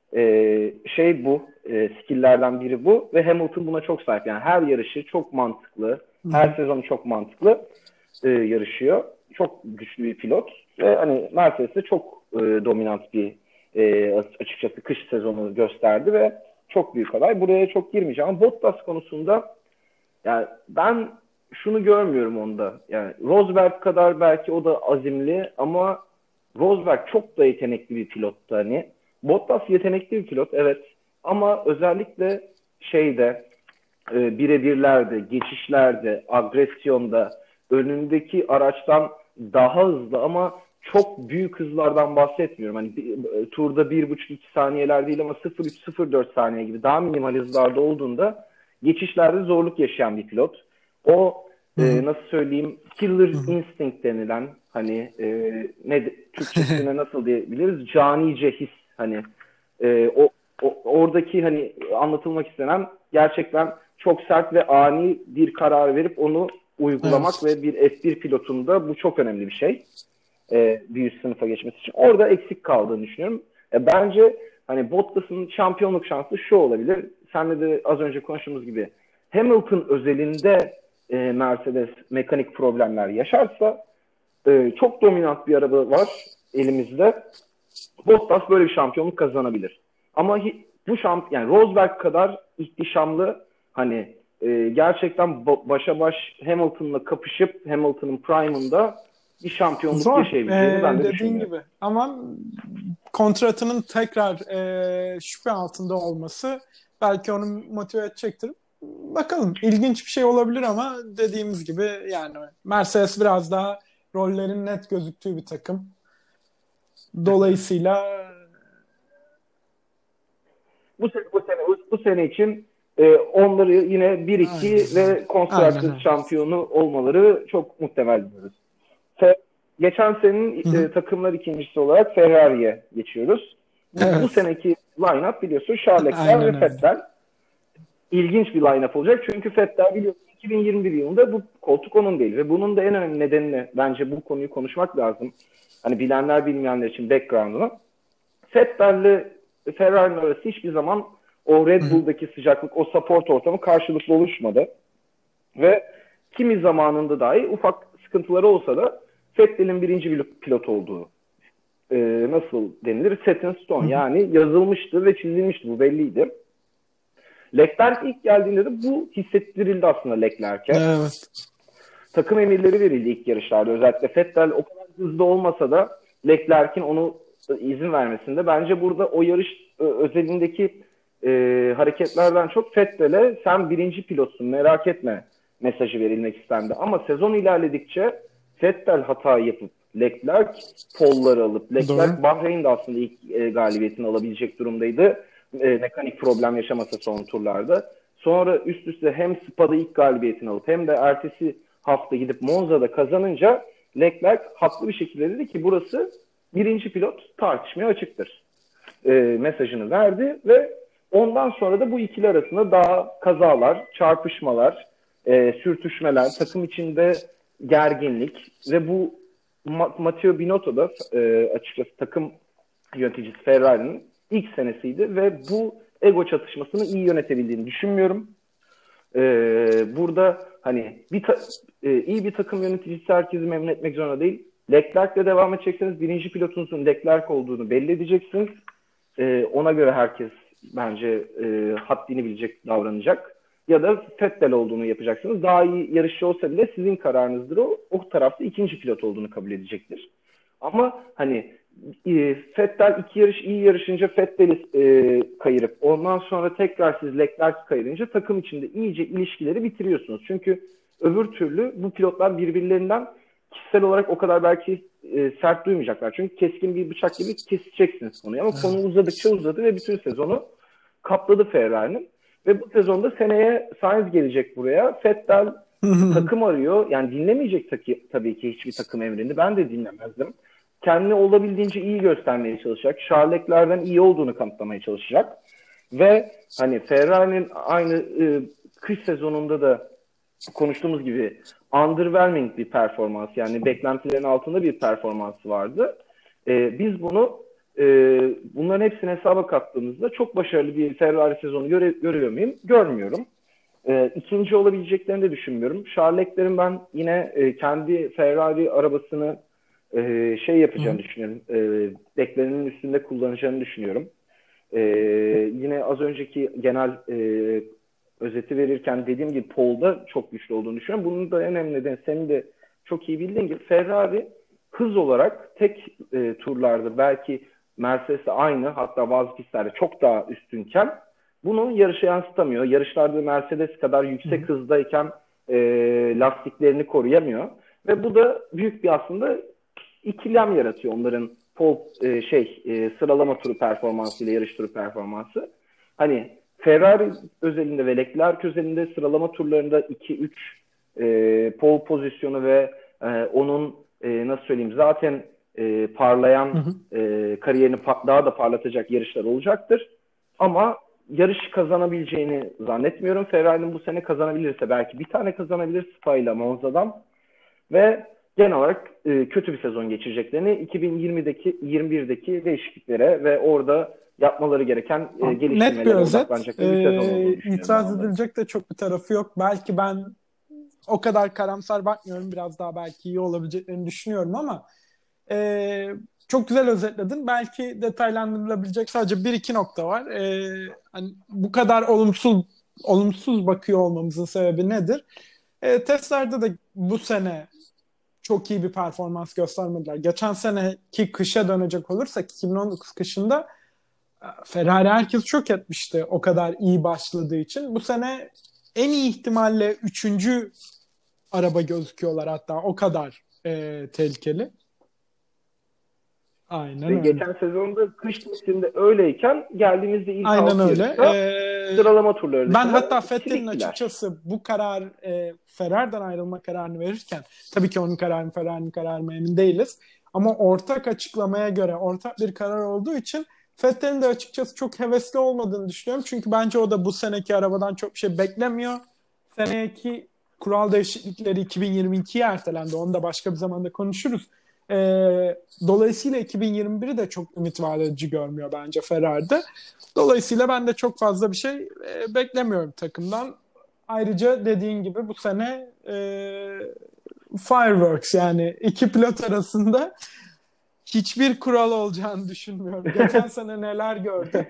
şey bu. Skill'lerden biri bu. Ve Hamilton buna çok sahip. Yani her yarışı çok mantıklı. Her sezonu çok mantıklı yarışıyor. Çok güçlü bir pilot. Ve hani Mercedes'te çok dominant bir açıkçası kış sezonu gösterdi ve çok büyük aday. Buraya çok girmeyeceğim ama Bottas konusunda yani ben şunu görmüyorum onda. Yani Rosberg kadar belki o da azimli ama Rosberg çok da yetenekli bir pilottu hani. Bottas yetenekli bir pilot evet ama özellikle birebirlerde, geçişlerde, agresyonda önündeki araçtan daha hızlı ama çok büyük hızlardan bahsetmiyorum. Hani turda 1,5-2 saniyeler değil ama 0,3-0,4 saniye gibi daha minimal hızlarda olduğunda geçişlerde zorluk yaşayan bir pilot. O nasıl söyleyeyim killer instinct denilen hani Türkçesine nasıl diyebiliriz? Canice his hani oradaki hani anlatılmak istenen gerçekten çok sert ve ani bir karar verip onu uygulamak ve bir F1 pilotunda bu çok önemli bir şey. Bir üst sınıfa geçmesi için. Orada eksik kaldığını düşünüyorum. Bence hani Bottas'ın şampiyonluk şansı şu olabilir. Senle de az önce konuştuğumuz gibi Hamilton özelinde Mercedes mekanik problemler yaşarsa çok dominant bir araba var elimizde. Bottas böyle bir şampiyonluk kazanabilir. Ama bu yani Rosberg kadar ihtişamlı hani gerçekten başa baş Hamilton'la kapışıp Hamilton'ın prime'ında bir şampiyonluk yaşayabileceğini ben de düşünüyorum. Gibi. Ama kontratının tekrar şüphe altında olması belki onu motive edecektir. Bakalım. İlginç bir şey olabilir ama dediğimiz gibi yani Mercedes biraz daha rollerin net gözüktüğü bir takım. Dolayısıyla Bu sene için onları yine 1-2 ve konstrüktif şampiyonu olmaları çok muhtemel diyoruz. Geçen senenin takımlar ikincisi olarak Ferrari'ye geçiyoruz. Bu seneki line-up biliyorsun Charles Leclerc ve Vettel. İlginç bir line-up olacak. Çünkü Vettel biliyorsun 2021 yılında bu koltuk onun değil. Ve bunun da en önemli nedenini bence bu konuyu konuşmak lazım. Hani bilenler bilmeyenler için background'unu. Vettel'le Ferrari'nin arası hiçbir zaman o Red Bull'daki sıcaklık, o support ortamı karşılıklı oluşmadı. Ve kimi zamanında dahi ufak sıkıntıları olsa da Vettel'in birinci pilot olduğu nasıl denilir? Set in stone. Yani yazılmıştı ve çizilmişti. Bu belliydi. Leclerc ilk geldiğinde de bu hissettirildi aslında Leclerc'e. Evet. Takım emirleri verildi ilk yarışlarda. Özellikle Vettel o kadar hızlı olmasa da Leclerc'in onu izin vermesinde. Bence burada o yarış özelindeki hareketlerden çok Vettel'e sen birinci pilotsun merak etme mesajı verilmek istendi. Ama sezon ilerledikçe Vettel hata yapıp Leclerc polları alıp Leclerc Bahreyn'de aslında ilk galibiyetini alabilecek durumdaydı. Mekanik problem yaşamasa son turlarda. Sonra üst üste hem Spa'da ilk galibiyetini alıp hem de ertesi hafta gidip Monza'da kazanınca Leclerc haklı bir şekilde dedi ki burası birinci pilot tartışmaya açıktır. Mesajını verdi ve ondan sonra da bu ikili arasında daha kazalar, çarpışmalar, sürtüşmeler, takım içinde gerginlik ve bu Matteo Binotto da açıkçası takım yöneticisi Ferrari'nin ilk senesiydi ve bu ego çatışmasını iyi yönetebildiğini düşünmüyorum. Burada hani iyi bir takım yöneticisi herkesi memnun etmek zorunda değil. Leclerc'le devam edecekseniz birinci pilotunuzun Leclerc olduğunu belli edeceksiniz. Ona göre herkes bence haddini bilecek davranacak. Ya da Vettel olduğunu yapacaksınız. Daha iyi yarışçı olsa bile sizin kararınızdır o. O tarafta ikinci pilot olduğunu kabul edecektir. Ama hani Vettel iki yarış iyi yarışınca Vettel'i kayırıp ondan sonra tekrar siz Leclerc kayırınca takım içinde iyice ilişkileri bitiriyorsunuz. Çünkü öbür türlü bu pilotlar birbirlerinden kişisel olarak o kadar belki sert duymayacaklar. Çünkü keskin bir bıçak gibi keseceksiniz konuyu. Ama konu uzadıkça uzadı ve bütün sezonu kapladı Ferrari'nin. Ve bu sezonda seneye Sainz gelecek buraya. Vettel takım arıyor. Yani dinlemeyecek tabii ki hiçbir takım emrini. Ben de dinlemezdim. Kendini olabildiğince iyi göstermeye çalışacak. Charles Leclerc'den iyi olduğunu kanıtlamaya çalışacak. Ve hani Ferrari'nin aynı kış sezonunda da konuştuğumuz gibi underwhelming bir performans, yani beklentilerin altında bir performansı vardı. Biz bunu bunların hepsini hesaba kattığımızda çok başarılı bir Ferrari sezonu görüyor muyum? Görmüyorum. İkinci olabileceklerini de düşünmüyorum. Charles Leclerc'in ben yine kendi Ferrari arabasını yapacağını düşünüyorum. Beklenenin üstünde kullanacağını düşünüyorum. Yine az önceki genel özeti verirken dediğim gibi Paul'da çok güçlü olduğunu düşünüyorum. Bunun da en önemli nedeni senin de çok iyi bildiğin gibi Ferrari hız olarak tek turlarda belki Mercedes'le aynı, hatta bazı pistlerde çok daha üstünken bunu yarışa yansıtamıyor. Yarışlarda Mercedes kadar yüksek hızdayken lastiklerini koruyamıyor. Ve bu da büyük bir aslında ikilem yaratıyor onların sıralama turu performansı ile yarış turu performansı. Hani Ferrari özelinde ve Leclerc özelinde sıralama turlarında 2-3 pole pozisyonu ve onun nasıl söyleyeyim zaten parlayan kariyerini daha da parlatacak yarışlar olacaktır. Ama yarış kazanabileceğini zannetmiyorum. Ferrari'nin bu sene kazanabilirse belki bir tane kazanabilir Spa ile Monza'dan ve genel olarak kötü bir sezon geçireceklerini 2021'deki değişikliklere ve orada yapmaları gereken geliştirmelere odaklanacakları bir sezon olduğunu düşünüyorum. İtiraz edilecek de çok bir tarafı yok. Belki ben o kadar karamsar bakmıyorum. Biraz daha belki iyi olabileceklerini düşünüyorum ama çok güzel özetledin. Belki detaylandırılabilecek sadece bir iki nokta var. Hani bu kadar olumsuz bakıyor olmamızın sebebi nedir? Testlerde de bu sene çok iyi bir performans göstermediler. Geçen seneki kışa dönecek olursak 2019 kışında Ferrari herkes şok etmişti o kadar iyi başladığı için. Bu sene en iyi ihtimalle 3. araba gözüküyorlar, hatta o kadar tehlikeli. Aynen Ve öyle. geçen sezonda kış mevsiminde öyleyken geldiğimizde ilk Aynen 6 öyle. yarışta sıralama turları Ben dışında hatta Vettel'in siliktiler. açıkçası bu karar Ferrari'den ayrılma kararını verirken, tabii ki onun kararı mı Ferrari'nin kararı mı emin değiliz. Ama ortak açıklamaya göre ortak bir karar olduğu için Vettel'in de açıkçası çok hevesli olmadığını düşünüyorum. Çünkü bence o da bu seneki arabadan çok bir şey beklemiyor. Seneki kural değişiklikleri 2022'ye ertelendi. Onu da başka bir zamanda konuşuruz. Dolayısıyla 2021'i de çok ümit vaat edici görmüyor bence Ferrari'de. Dolayısıyla ben de çok fazla bir şey beklemiyorum takımdan. Ayrıca dediğin gibi bu sene fireworks, yani iki pilot arasında hiçbir kural olacağını düşünmüyorum. Geçen sene neler gördük.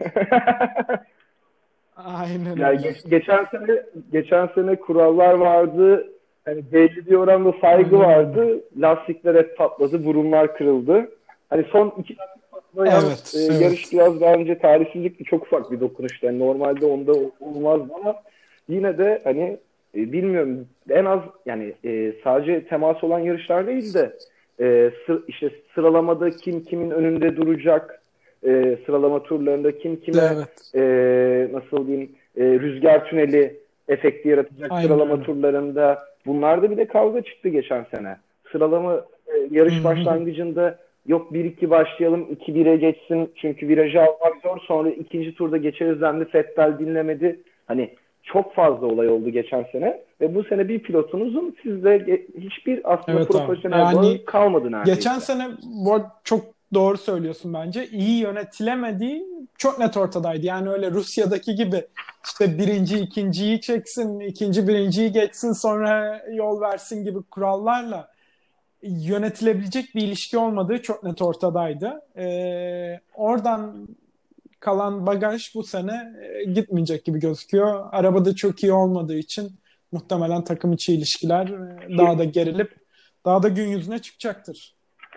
Aynen Yani öyle. geçen sene kurallar vardı. Hani belli bir oranda saygı Aynen vardı. Lastikler hep patladı, burunlar kırıldı. Hani son 2 lastik patlayan Evet, yarış biraz bence talihsizlikti. Çok ufak bir dokunuştu. Yani normalde onda olmaz ama yine de hani bilmiyorum, en az yani sadece temas olan yarışlar değil de işte sıralamada kim kimin önünde duracak, sıralama turlarında kim kime evet. nasıl diyeyim, rüzgar tüneli efekti yaratacak Aynen sıralama öyle. turlarında, bunlarda bir de kavga çıktı geçen sene. Sıralama yarış başlangıcında yok 1-2 başlayalım, 2-1'e geçsin çünkü virajı almak zor, sonra ikinci turda geçeriz dendi, Vettel dinlemedi. Hani çok fazla olay oldu geçen sene ve bu sene bir pilotunuzun sizle hiçbir aslında Evet abi. profesyonel Yani bağı kalmadı neredeyse. geçen sene çok doğru söylüyorsun bence. İyi yönetilemediği çok net ortadaydı. Yani öyle Rusya'daki gibi işte birinci ikinciyi çeksin, ikinci birinciyi geçsin sonra yol versin gibi kurallarla yönetilebilecek bir ilişki olmadığı çok net ortadaydı. Oradan kalan bagaj bu sene gitmeyecek gibi gözüküyor. Arabada çok iyi olmadığı için muhtemelen takım içi ilişkiler daha da gerilip daha da gün yüzüne çıkacaktır.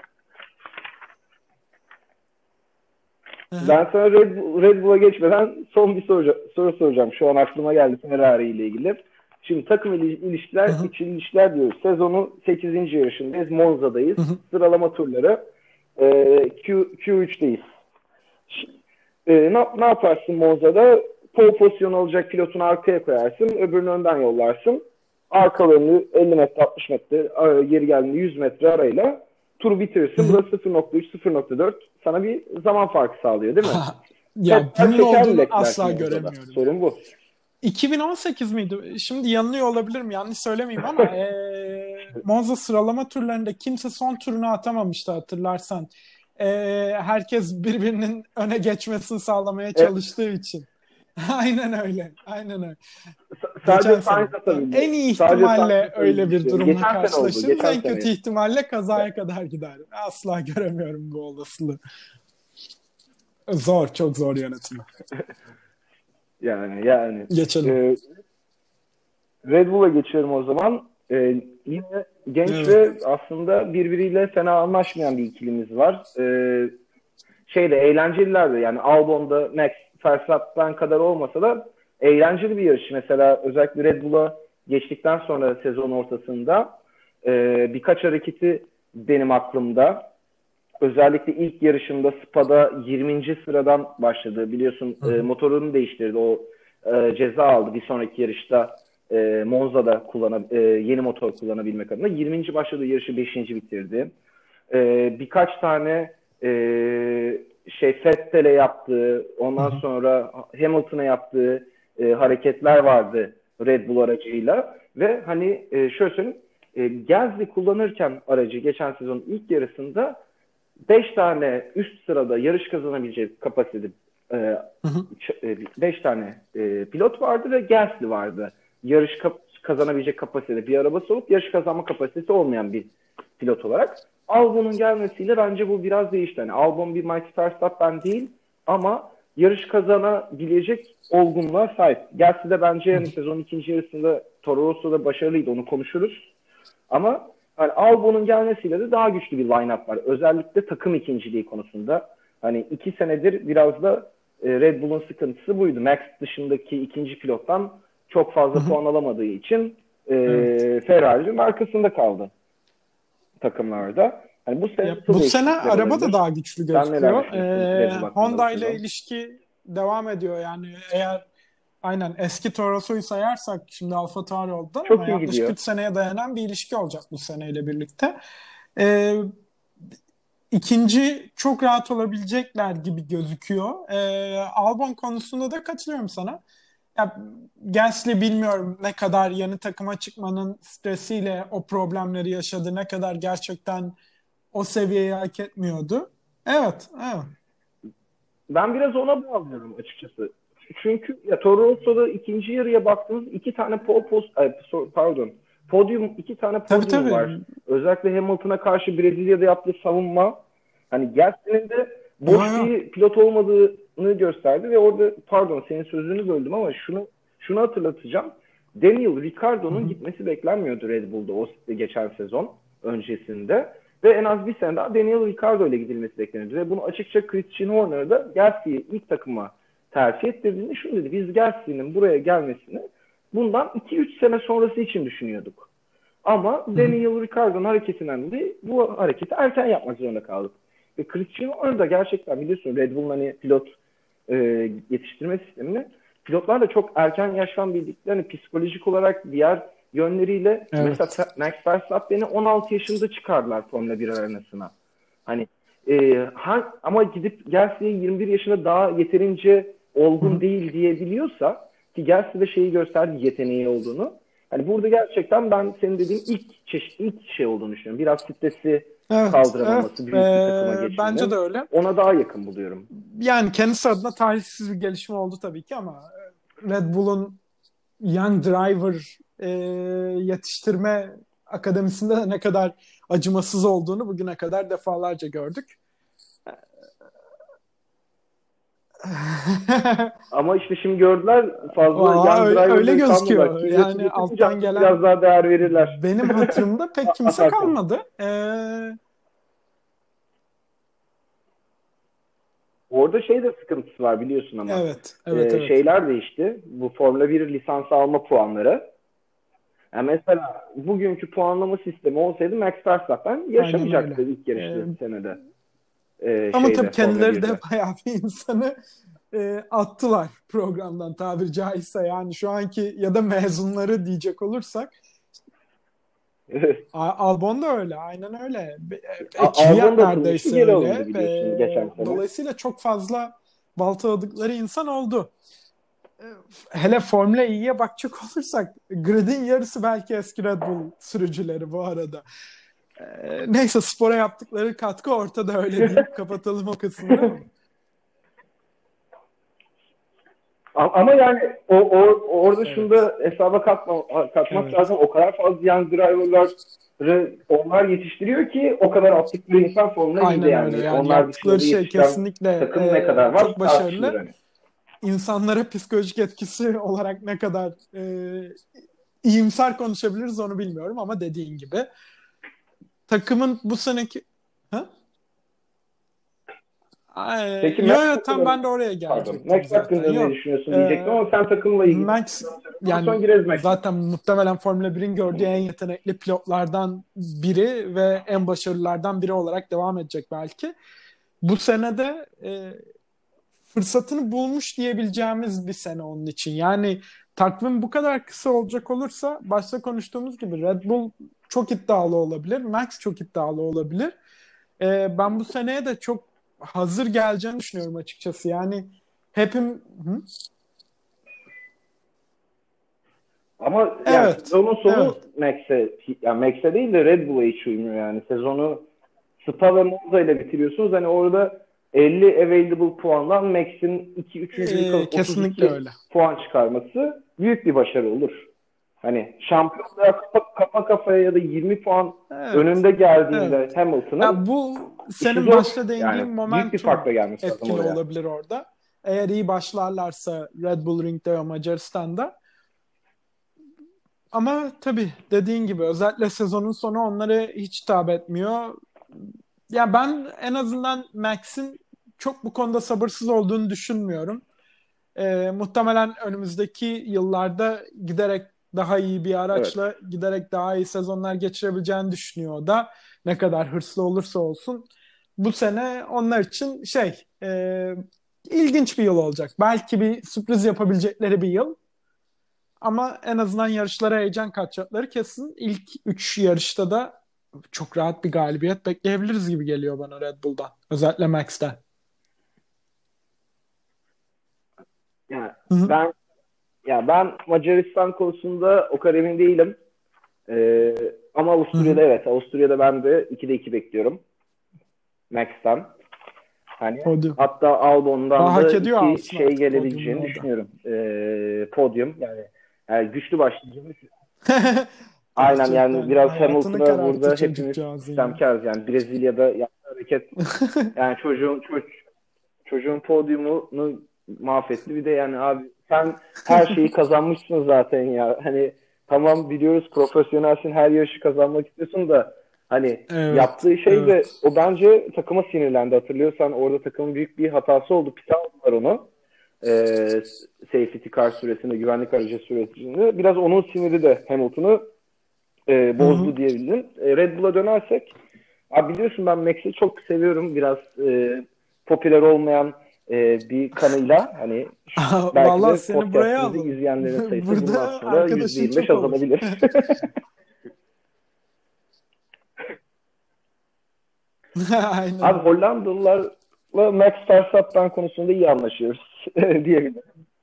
Ben sana Red Bull'a geçmeden son bir soru soracağım. Şu an aklıma geldi Ferrari ile ilgili. Şimdi takım ilişkiler, içi ilişkiler diyoruz. Sezonu 8. yarışındayız. Monza'dayız. Sıralama turları. Q3'teyiz. Ne yaparsın Monza'da? Pole pozisyonu alacak pilotunu arkaya koyarsın. Öbürünü önden yollarsın. Arkalarını 50 metre, 60 metre, geri geldiğinde 100 metre arayla turu bitirirsin. Burası 0.3, 0.4 sana bir zaman farkı sağlıyor değil mi? Ya bunun olduğunu asla göremiyorum. Sorun bu. 2018 miydi? Şimdi yanılıyor olabilirim. Yanlış söylemeyeyim ama Monza sıralama turlarında kimse son turunu atamamıştı hatırlarsan. Herkes birbirinin öne geçmesini sağlamaya çalıştığı için. Aynen öyle. Aynen öyle. Sadece Sainz atabildi. En iyi ihtimalle öyle bir durumla karşılaşırız. En sene. kötü ihtimalle kazaya kadar gider. Asla göremiyorum bu olasılığı. Zor, çok zor yönetimi. Yani. Geçelim. Red Bull'a geçiyorum o zaman. Yine genç ve aslında birbiriyle fena anlaşmayan bir ikilimiz var. Eğlenceliler de, yani Albon'da Max Verstappen kadar olmasa da eğlenceli bir yarış. Mesela özellikle Red Bull'a geçtikten sonra sezon ortasında birkaç hareketi benim aklımda. Özellikle ilk yarışında Spa'da 20. sıradan başladı. Biliyorsun motorunu değiştirdi. O ceza aldı bir sonraki yarışta Monza'da yeni motor kullanabilmek adına. 20. başladığı yarışı 5. bitirdi. Birkaç tane Vettel'e yaptığı, ondan sonra Hamilton'a yaptığı hareketler vardı Red Bull aracıyla ve hani şöyle söyleyeyim, Gasly kullanırken aracı geçen sezonun ilk yarısında 5 tane üst sırada yarış kazanabilecek kapasitede 5 tane pilot vardı ve Gasly vardı. Yarış kazanabilecek kapasitede bir arabası olup yarış kazanma kapasitesi olmayan bir pilot olarak. Albon'un gelmesiyle bence bu biraz değişti. Yani Albon bir Max Verstappen değil ama yarış kazanabilecek olgunluğa sahip. Gasly de bence yani sezonun ikinci yarısında Toro Rosso'da başarılıydı, onu konuşuruz. Ama hani Albon'un gelmesiyle de daha güçlü bir line-up var. Özellikle takım ikinciliği konusunda. Hani 2 senedir biraz da Red Bull'un sıkıntısı buydu. Max dışındaki ikinci pilottan çok fazla puan alamadığı için Ferrari'nin arkasında kaldı takımlarda. Hani bu sene Bu nasıl sene değişiklikler araba da olabilir? daha güçlü Sen neler gözüküyor. düşünüyorsun Red Bull hakkında bu Honda ile sezon? ilişki devam ediyor yani. Eğer aynen eski Toros'u sayarsak şimdi AlphaTauri oldu ama Çok iyi yaklaşık gidiyor. 3 seneye dayanan bir ilişki olacak bu seneyle birlikte. Ee, İkinci çok rahat olabilecekler gibi gözüküyor. Albon konusunda da katılıyorum sana. Ya, Gasly bilmiyorum ne kadar yeni takıma çıkmanın stresiyle o problemleri yaşadı, ne kadar gerçekten o seviyeyi hak etmiyordu. Evet, evet. Ben biraz ona bağlıyorum açıkçası. Çünkü ya Toro Rosso'da ikinci yarıya baktığınız iki tane iki tane Tabii podyumu tabii. var. Özellikle Hamilton'a karşı Brezilya'da yaptığı savunma, hani Gasly'nin de Yo, boş yo. bir pilot olmadığını gösterdi ve orada, pardon senin sözünü böldüm ama şunu hatırlatacağım. Daniel Hı Ricciardo'nun hı. gitmesi beklenmiyordu Red Bull'da o geçen sezon öncesinde. Ve en az bir sene daha Daniel Ricciardo ile gidilmesi bekleniyordu. Ve bunu açıkça Christian Horner da Gasly'yi ilk takıma tercih ettirdiğinde şunu dedi. Biz Gasly'nin buraya gelmesini bundan 2-3 sene sonrası için düşünüyorduk. Ama Hı hı. Daniel Ricciardo'nun hareketinden dolayı bu hareketi erken yapmak zorunda kaldık. Ve Christian Horner da gerçekten biliyorsun Red Bull'un hani pilot yetiştirme sistemini pilotlar da çok erken yaştan bildiklerini psikolojik olarak diğer yönleriyle mesela Evet. Max Verstappen'i 16 yaşında çıkardılar Formula 1 arenasına. Hani ama gidip Gasly 21 yaşında daha yeterince Hı olgun hı. değil diyebiliyorsa ki Gasly de şeyi gösterdi yeteneği olduğunu. Hani burada gerçekten ben senin dediğin ilk şey olduğunu düşünüyorum. Biraz stresi Evet, evet. kaldıramaması, büyük bir takıma Bence de geçmenin. öyle. Ona daha yakın buluyorum. Yani kendisi adına talihsiz bir gelişme oldu tabii ki ama Red Bull'un Young Driver yetiştirme akademisinde de ne kadar acımasız olduğunu bugüne kadar defalarca gördük. Ama işte şimdi gördüler fazla Valla young öyle driver'ları kalmadılar. gözüküyor. Kivyat'ı Yani getirince alttan artık gelen biraz daha değer verirler. benim hatırımda pek kimse Atarken. kalmadı. Orada şey de sıkıntısı var biliyorsun ama. Evet, evet, evet. Şeyler değişti. Bu Formula 1 lisans alma puanları. Yani mesela bugünkü puanlama sistemi olsaydı Max Verstappen Aynen yaşamayacaktı öyle. ilk Ee, yarıştığı senede. Ama tabii Formula kendileri de 1'de. bayağı bir insanı attılar programdan tabiri caizse. Yani şu anki ya da mezunları diyecek olursak Albon da öyle, aynen öyle. Albon Kvyat da atılmıştı, neredeyse geri öyle. alındı biliyorsun geçen sene. Dolayısıyla çok fazla baltaladıkları insan oldu. E, Hele Formula E'ye bakacak olursak gridin yarısı belki eski Red Bull sürücüleri bu arada. Neyse spora yaptıkları katkı ortada öyle deyip kapatalım o kısmını. Ama yani orada şunu Evet, da hesaba katmak evet. lazım. O kadar fazla young driver'ları onlar yetiştiriyor ki o kadar attıkları insan formuna iyiydi Aynen öyle. yani. Yani Onlar yaptıkları dışında da şey yetiştiren kesinlikle takım ne kadar var çok tartışılır başarılı. hani. İnsanlara psikolojik etkisi olarak ne kadar iyimser konuşabiliriz onu bilmiyorum ama dediğin gibi takımın bu seneki ha? Peki Yo Max yo tam hakkında ben de oraya pardon. gelecektim Max zaten. hakkında ne Yo. düşünüyorsun Ee, diyecektim ama sen takımla ilgili Max ondan sonra yani gireriz Max'e. zaten muhtemelen Formula 1'in gördüğü en yetenekli pilotlardan biri ve en başarılılardan biri olarak devam edecek belki. Bu senede fırsatını bulmuş diyebileceğimiz bir sene onun için. Yani takvim bu kadar kısa olacak olursa başta konuştuğumuz gibi Red Bull çok iddialı olabilir. Max çok iddialı olabilir. Ben bu seneye de çok hazır geleceğini düşünüyorum açıkçası. Yani hepim Hı? Ama yani Evet. sezonun Evet. sonu Max'e değil de Red Bull'a hiç uymuyor yani. Sezonu Spa ve Monza ile bitiriyorsunuz. Hani orada 50 available puandan Max'in 2-3. kalıp Kesinlikle 32 öyle. puan çıkarması büyük bir başarı olur. Hani şampiyonluğa kafa kafaya ya da 20 puan Evet. önünde geldiğinde Evet. Hamilton'ın Ya bu işi senin zor. başta Yani değindiğin büyük bir momentum farkla gelmesi lazım etkili oraya. olabilir orada. Eğer iyi başlarlarsa Red Bull Ring'de ve Macaristan'da. Ama tabii dediğin gibi özellikle sezonun sonu onları hiç hitap etmiyor. Ya ben en azından Max'in çok bu konuda sabırsız olduğunu düşünmüyorum. Muhtemelen önümüzdeki yıllarda giderek daha iyi bir araçla giderek daha iyi sezonlar geçirebileceğini düşünüyor o da. Ne kadar hırslı olursa olsun. Bu sene onlar için ilginç bir yıl olacak. Belki bir sürpriz yapabilecekleri bir yıl. Ama en azından yarışlara heyecan katacakları kesin. İlk 3 yarışta da çok rahat bir galibiyet bekleyebiliriz gibi geliyor bana Red Bull'dan. Özellikle Max'ten. Yani Hı hı. ben Macaristan konusunda o kadar emin değilim. Ama Hı Avusturya'da hı. evet. Avusturya'da ben de 2'de 2 bekliyorum. Max'tan. Hani Podyum. hatta Albon'dan Hak da ediyor 2 alsın şey artık podyumunu gelebileceğini o da. düşünüyorum. Podyum yani güçlü başlayacağımız. Aynen yani Gerçekten biraz hayatını Hamilton'a kararttı burada hepimiz çocukcağızın ya. istemkeriz. Yani Brezilya'da yaptığı hareket yani çocuğun podyumunu mahvetti. Bir de yani abi sen her şeyi kazanmışsın zaten ya. Hani tamam biliyoruz profesyonelsin, her yarışı kazanmak istiyorsun da hani Evet, yaptığı şey de evet. o bence takıma sinirlendi. Hatırlıyorsan orada takımın büyük bir hatası oldu. Pit aldılar onu. Ee, Safety car süresinde, güvenlik aracı süresinde. Biraz onun siniri de Hamilton'ı Hı hı. bozdu diyebilirim. Red Bull'a dönersek abi biliyorsun ben Max'i çok seviyorum. Biraz popüler olmayan bir kanıyla hani belki Vallahi de seni buraya podcast'imizi alın. izleyenlerin sayısı bundan Burada sonra arkadaşın %25 çok olur. azalabilir. Aynen Abi öyle. Hollandalılarla Max Verstappen konusunda iyi anlaşıyoruz diyebilirim.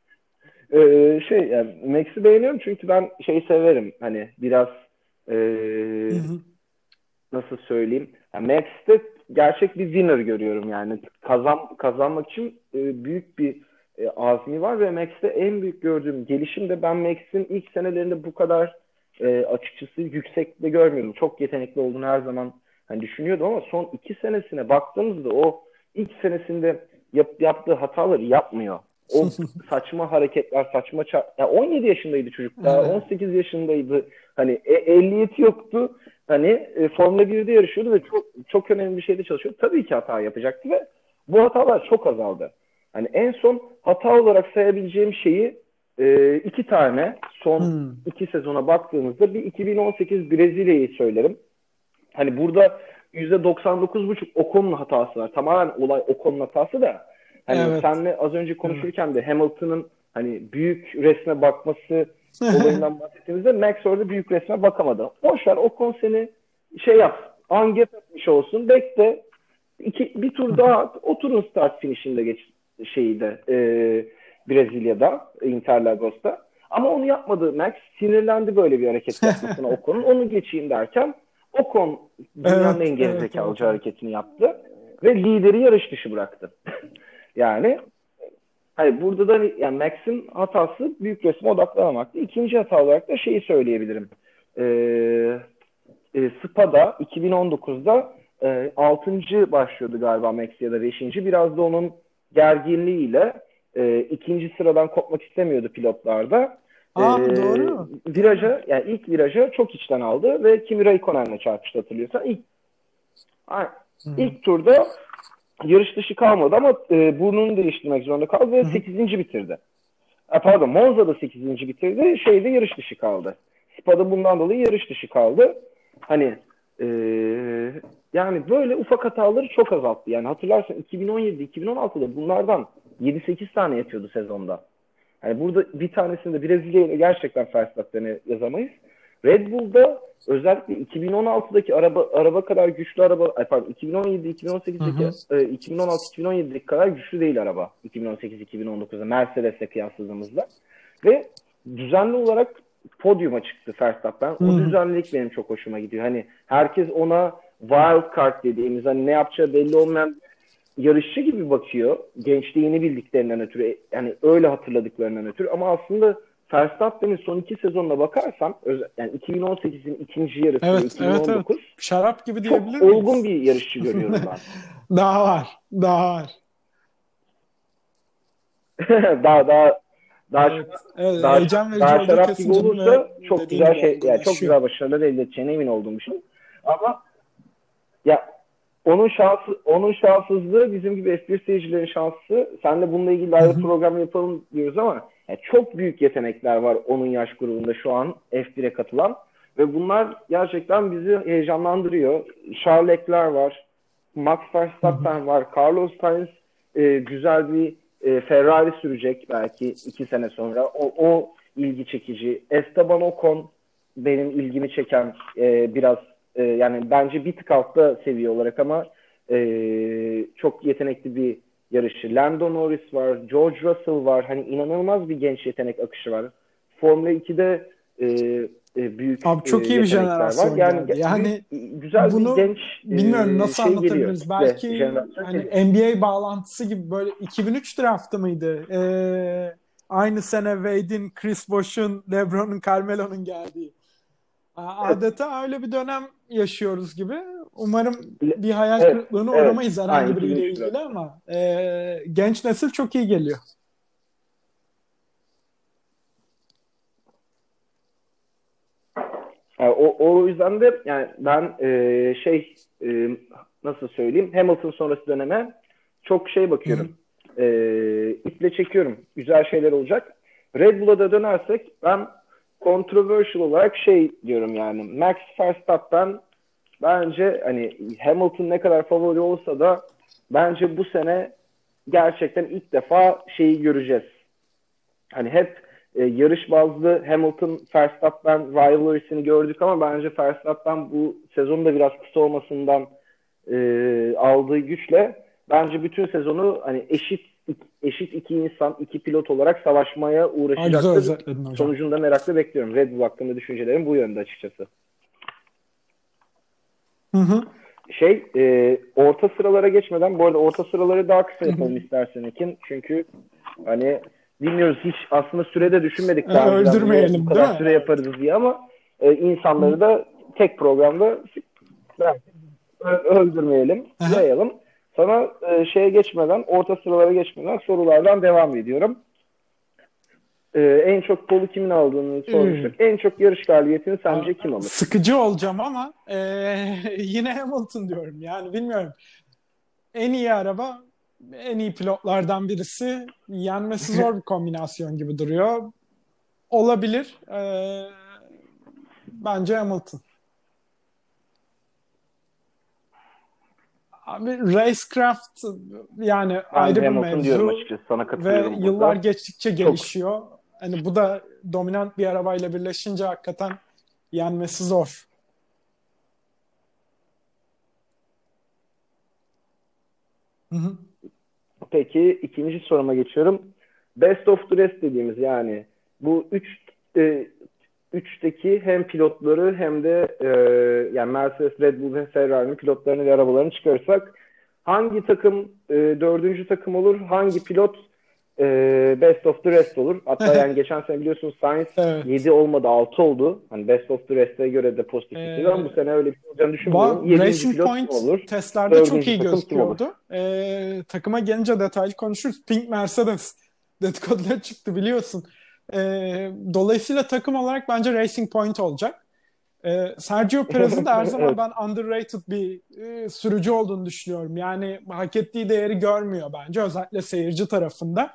Yani Max'i beğeniyorum çünkü ben şeyi severim. Hani biraz e, Hı hı. nasıl söyleyeyim? Yani Max'te gerçek bir winner görüyorum yani. Kazanmak için büyük bir azmi var ve Max'te en büyük gördüğüm gelişim de ben Max'in ilk senelerinde bu kadar açıkçası yüksekte görmüyordum. Çok yetenekli olduğunu her zaman hani düşünüyordum ama son 2 senesine baktığımızda o ilk senesinde yaptığı hataları yapmıyor. O saçma hareketler, ya 17 yaşındaydı çocuk daha, Evet. 18 yaşındaydı. Hani ehliyeti yoktu. Hani Formula 1'de yarışıyordu ve çok çok önemli bir şeyde çalışıyordu. Tabii ki hata yapacaktı ve bu hatalar çok azaldı. Hani en son hata olarak sayabileceğim şeyi 2 tane son Hmm. 2 sezona baktığımızda bir 2018 Brezilya'yı söylerim. Hani burada %99,5 Ocon'un hatası var. Tamamen olay Ocon'un hatası da hani Evet. senle az önce Evet. konuşurken de Hamilton'ın hani büyük resme bakması olayından bahsettiğimizde Max orada büyük resme bakamadı. Boşver Ocon seni şey yap. Angep etmiş olsun. Bekle. Bir tur daha at. O turun start finishinde geç şeyde Brezilya'da Interlagos'ta. Ama onu yapmadı Max. Sinirlendi böyle bir hareket yapmasına Ocon'un. Onu geçeyim derken Ocon dünyanın Evet, en evet, evet, gerizekalıcı evet. hareketini yaptı. Ve lideri yarış dışı bıraktı. Yani hani burada da yani Max'in hatası büyük resme odaklanamaktı. İkinci hata olarak da şeyi söyleyebilirim. Spa'da 2019'da 6. başlıyordu galiba Max ya da 5. Biraz da onun gerginliğiyle ikinci sıradan kopmak istemiyordu pilotlarda. E, Doğru. Doğru. Viraja yani ilk viraja çok içten aldı ve Kimi Raikkonen'le çarpıştı hatırlıyorsan. Hı İlk turda yarış dışı kalmadı ama burnunu değiştirmek zorunda kaldı ve hı. 8. bitirdi. Pardon Monza'da 8. bitirdi. Şeyde yarış dışı kaldı. Spa'da bundan dolayı yarış dışı kaldı. Hani e, yani böyle ufak hataları çok azalttı. Yani hatırlarsın 2017-2016'da bunlardan 7-8 tane yapıyordu sezonda. Yani burada bir tanesinde Brezilya ile gerçekten Verstappen'e yazamayız. Red Bull'da özellikle 2016'daki araba kadar güçlü pardon 2017 Hı 2018'deki hı. 2016-2017'deki kadar güçlü değil araba 2018-2019'da Mercedes'le kıyasladığımızda ve düzenli olarak podyuma çıktı Verstappen. Hı O hı. düzenlilik benim çok hoşuma gidiyor. Hani herkes ona wild card dediğimiz hani ne yapacağı belli olmayan yarışçı gibi bakıyor. Gençliğini bildiklerinden ötürü yani öyle hatırladıklarından ötürü ama aslında Verstappen'in son 2 sezonuna bakarsan yani 2018'in ikinci yarısı ve Evet, evet, evet. 2019 Şarap gibi diyebilir çok olgun miyiz? bir yarışçı görüyorum ben. Daha var. Daha var. daha daha daha Evet. Evet, daha heyecan verici daha olduğu şarap gibi kesin canım ve olursa çok dediğin güzel gibi yani çok olgunlaşıyor. güzel başarılar elde edeceğine emin olduğum için. Ama ya Onun şanssızlığı bizim gibi F1 seyircilerin şansı. Sen de bununla ilgili ayrı program yapalım diyoruz ama yani çok büyük yetenekler var onun yaş grubunda şu an F1'e katılan ve bunlar gerçekten bizi heyecanlandırıyor. Charles Leclerc var, Max Verstappen var, Carlos Sainz güzel bir Ferrari sürecek belki 2 sene sonra. O ilgi çekici. Esteban Ocon benim ilgimi çeken biraz yani bence bir tık altta seviye olarak ama çok yetenekli bir yarışçı. Lando Norris var, George Russell var. Hani inanılmaz bir genç yetenek akışı var. Formula 2'de büyük Abi çok iyi bir jenerasyon var. Yani güzel bunu bir genç bilmiyorum nasıl anlatabiliriz. Geliyor. Belki hani NBA bağlantısı gibi böyle 2003 draftı mıydı? Aynı sene Wade'in, Chris Bosh'un, LeBron'un, Carmelo'nun geldiği. Adeta öyle bir dönem yaşıyoruz gibi. Umarım bir hayal kırıklığına uğramayız herhangi biriyle ilgili ama genç nesil çok iyi geliyor. Yani o yüzden de yani ben nasıl söyleyeyim Hamilton sonrası döneme çok bakıyorum. İple çekiyorum. Güzel şeyler olacak. Red Bull'a da dönersek ben controversial olarak diyorum yani Max Verstappen bence hani Hamilton ne kadar favori olsa da bence bu sene gerçekten ilk defa göreceğiz. Hani hep yarış bazlı Hamilton-Verstappen rivalry'sini gördük ama bence Verstappen bu sezonun da biraz kısa olmasından aldığı güçle bence bütün sezonu hani eşit iki insan, iki pilot olarak savaşmaya uğraşacaktır. Sonucunda merakla bekliyorum. Red Bull hakkında düşüncelerim bu yönde açıkçası. Orta sıralara geçmeden bu arada orta sıraları daha kısa yapalım istersen Ekin. Çünkü hani bilmiyoruz hiç aslında sürede düşünmedik. Öldürmeyelim bu kadar süre yaparız diye ama insanları da tek programda öldürmeyelim, yayalım. Sana orta sıralara geçmeden sorulardan devam ediyorum. En çok polu kimin aldığını sormuştuk. En çok yarış galibiyetini sence kim alır? Sıkıcı olacağım ama yine Hamilton diyorum. Yani bilmiyorum. En iyi araba, en iyi pilotlardan birisi. Yenmesi zor bir kombinasyon gibi duruyor. Olabilir. Bence Hamilton. Abi Racecraft yani ben ayrı bir Hamilton mevzu diyorum açıkçası. Sana katılıyorum ve yıllar burada. geçtikçe gelişiyor. Hani bu da dominant bir arabayla birleşince hakikaten yenmesi zor. Peki ikinci soruma geçiyorum. Best of the rest dediğimiz yani bu üçteki hem pilotları hem de yani Mercedes, Red Bull ve Ferrari'nin pilotlarını ve arabalarını çıkarırsak hangi takım dördüncü takım olur? Hangi pilot best of the rest olur? Hatta yani geçen sene biliyorsunuz Sainz 7 olmadı 6 oldu. Hani best of the rest'e göre de pozitif gitti ama bu sene öyle bir şey olacağını düşünmüyorum. 7. Racing pilot Point olur? testlerde çok iyi gözüküyordu. Takıma gelince detaylı konuşuruz. Pink Mercedes dedikoduları çıktı biliyorsun. Dolayısıyla takım olarak bence Racing Point olacak. Sergio Perez'in de her zaman ben underrated bir sürücü olduğunu düşünüyorum. Yani hak ettiği değeri görmüyor bence. Özellikle seyirci tarafında.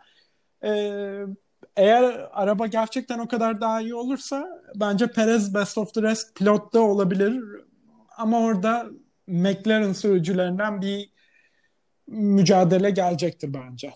Eğer araba gerçekten o kadar daha iyi olursa bence Perez best of the rest pilotta olabilir. Ama orada McLaren sürücülerinden bir mücadele gelecektir bence.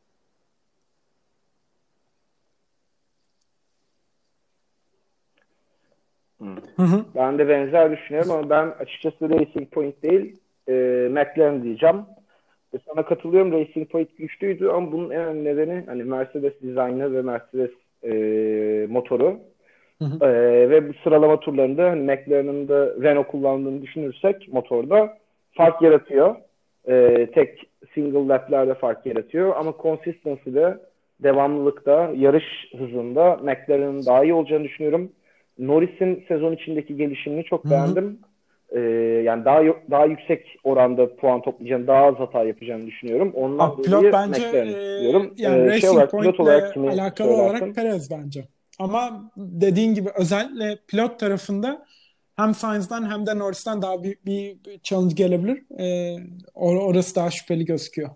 Ben de benzer düşünüyorum ama ben açıkçası Racing Point değil McLaren diyeceğim. Sana katılıyorum. Racing Point güçlüydü ama bunun en önemli nedeni hani Mercedes dizaynı ve Mercedes motoru. Ve bu sıralama turlarında hani McLaren'ın da Renault kullandığını düşünürsek motorda fark yaratıyor. Tek single lap'lerde fark yaratıyor ama consistency'de, devamlılıkta, yarış hızında McLaren'ın daha iyi olacağını düşünüyorum. Norris'in sezon içindeki gelişimini çok beğendim. Yani daha yüksek oranda puan toplayacağını, daha az hata yapacağını düşünüyorum. Ondan dolayı McLaren diyorum. Yani Racing Point'le alakalı olarak Perez bence. Ama dediğin gibi özellikle pilot tarafında hem Sainz'dan hem de Norris'ten daha büyük bir challenge gelebilir. Orası daha şüpheli gözüküyor.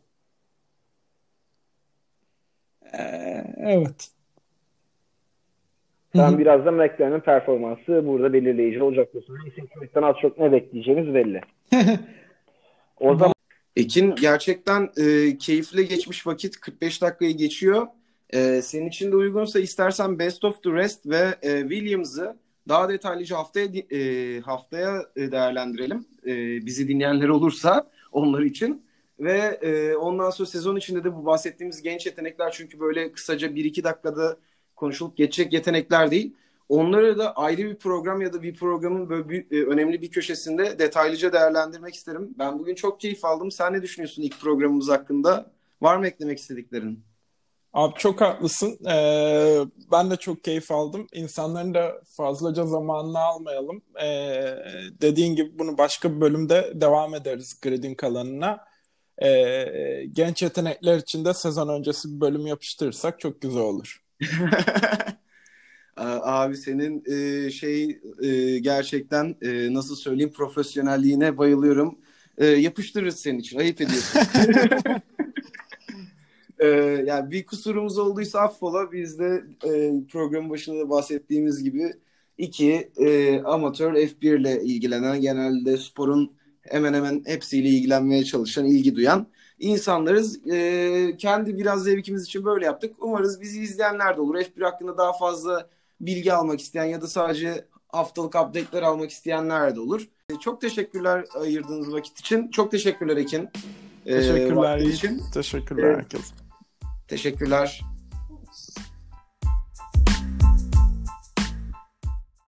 Evet. Sen biraz da McLaren'in performansı burada belirleyici olacak diyorsun. Racing Point'ten az çok ne bekleyeceğimiz belli. O zaman Ekin, gerçekten keyifle geçmiş vakit. 45 dakikayı geçiyor. Senin için de uygunsa istersen Best of the Rest ve Williams'ı daha detaylıca haftaya değerlendirelim. Bizi dinleyenler olursa onlar için. Ve ondan sonra sezon içinde de bu bahsettiğimiz genç yetenekler, çünkü böyle kısaca 1-2 dakikada konuşulup geçecek yetenekler değil. Onları da ayrı bir program ya da bir programın böyle önemli bir köşesinde detaylıca değerlendirmek isterim. Ben bugün çok keyif aldım. Sen ne düşünüyorsun ilk programımız hakkında? Var mı eklemek istediklerin? Abi çok haklısın. Ben de çok keyif aldım. İnsanların da fazlaca zamanını almayalım. Dediğin gibi bunu başka bir bölümde devam ederiz gridin kalanına. Genç yetenekler için de sezon öncesi bir bölüm yapıştırırsak çok güzel olur. Abi senin gerçekten nasıl söyleyeyim, profesyonelliğine bayılıyorum. Yapıştırırız senin için. Ayıp ediyorsun. Yani bir kusurumuz olduysa affola. Biz de programın başında da bahsettiğimiz gibi iki amatör F1 ile ilgilenen, genelde sporun hemen hemen hepsiyle ilgilenmeye çalışan, ilgi duyan insanlarız. Kendi biraz zevkimiz için böyle yaptık. Umarız bizi izleyenler de olur. F1 hakkında daha fazla bilgi almak isteyen ya da sadece haftalık update'ler almak isteyenler de olur. Çok teşekkürler ayırdığınız vakit için. Çok teşekkürler Ekin. Teşekkürler Vaktin için. Teşekkürler herkese. Teşekkürler.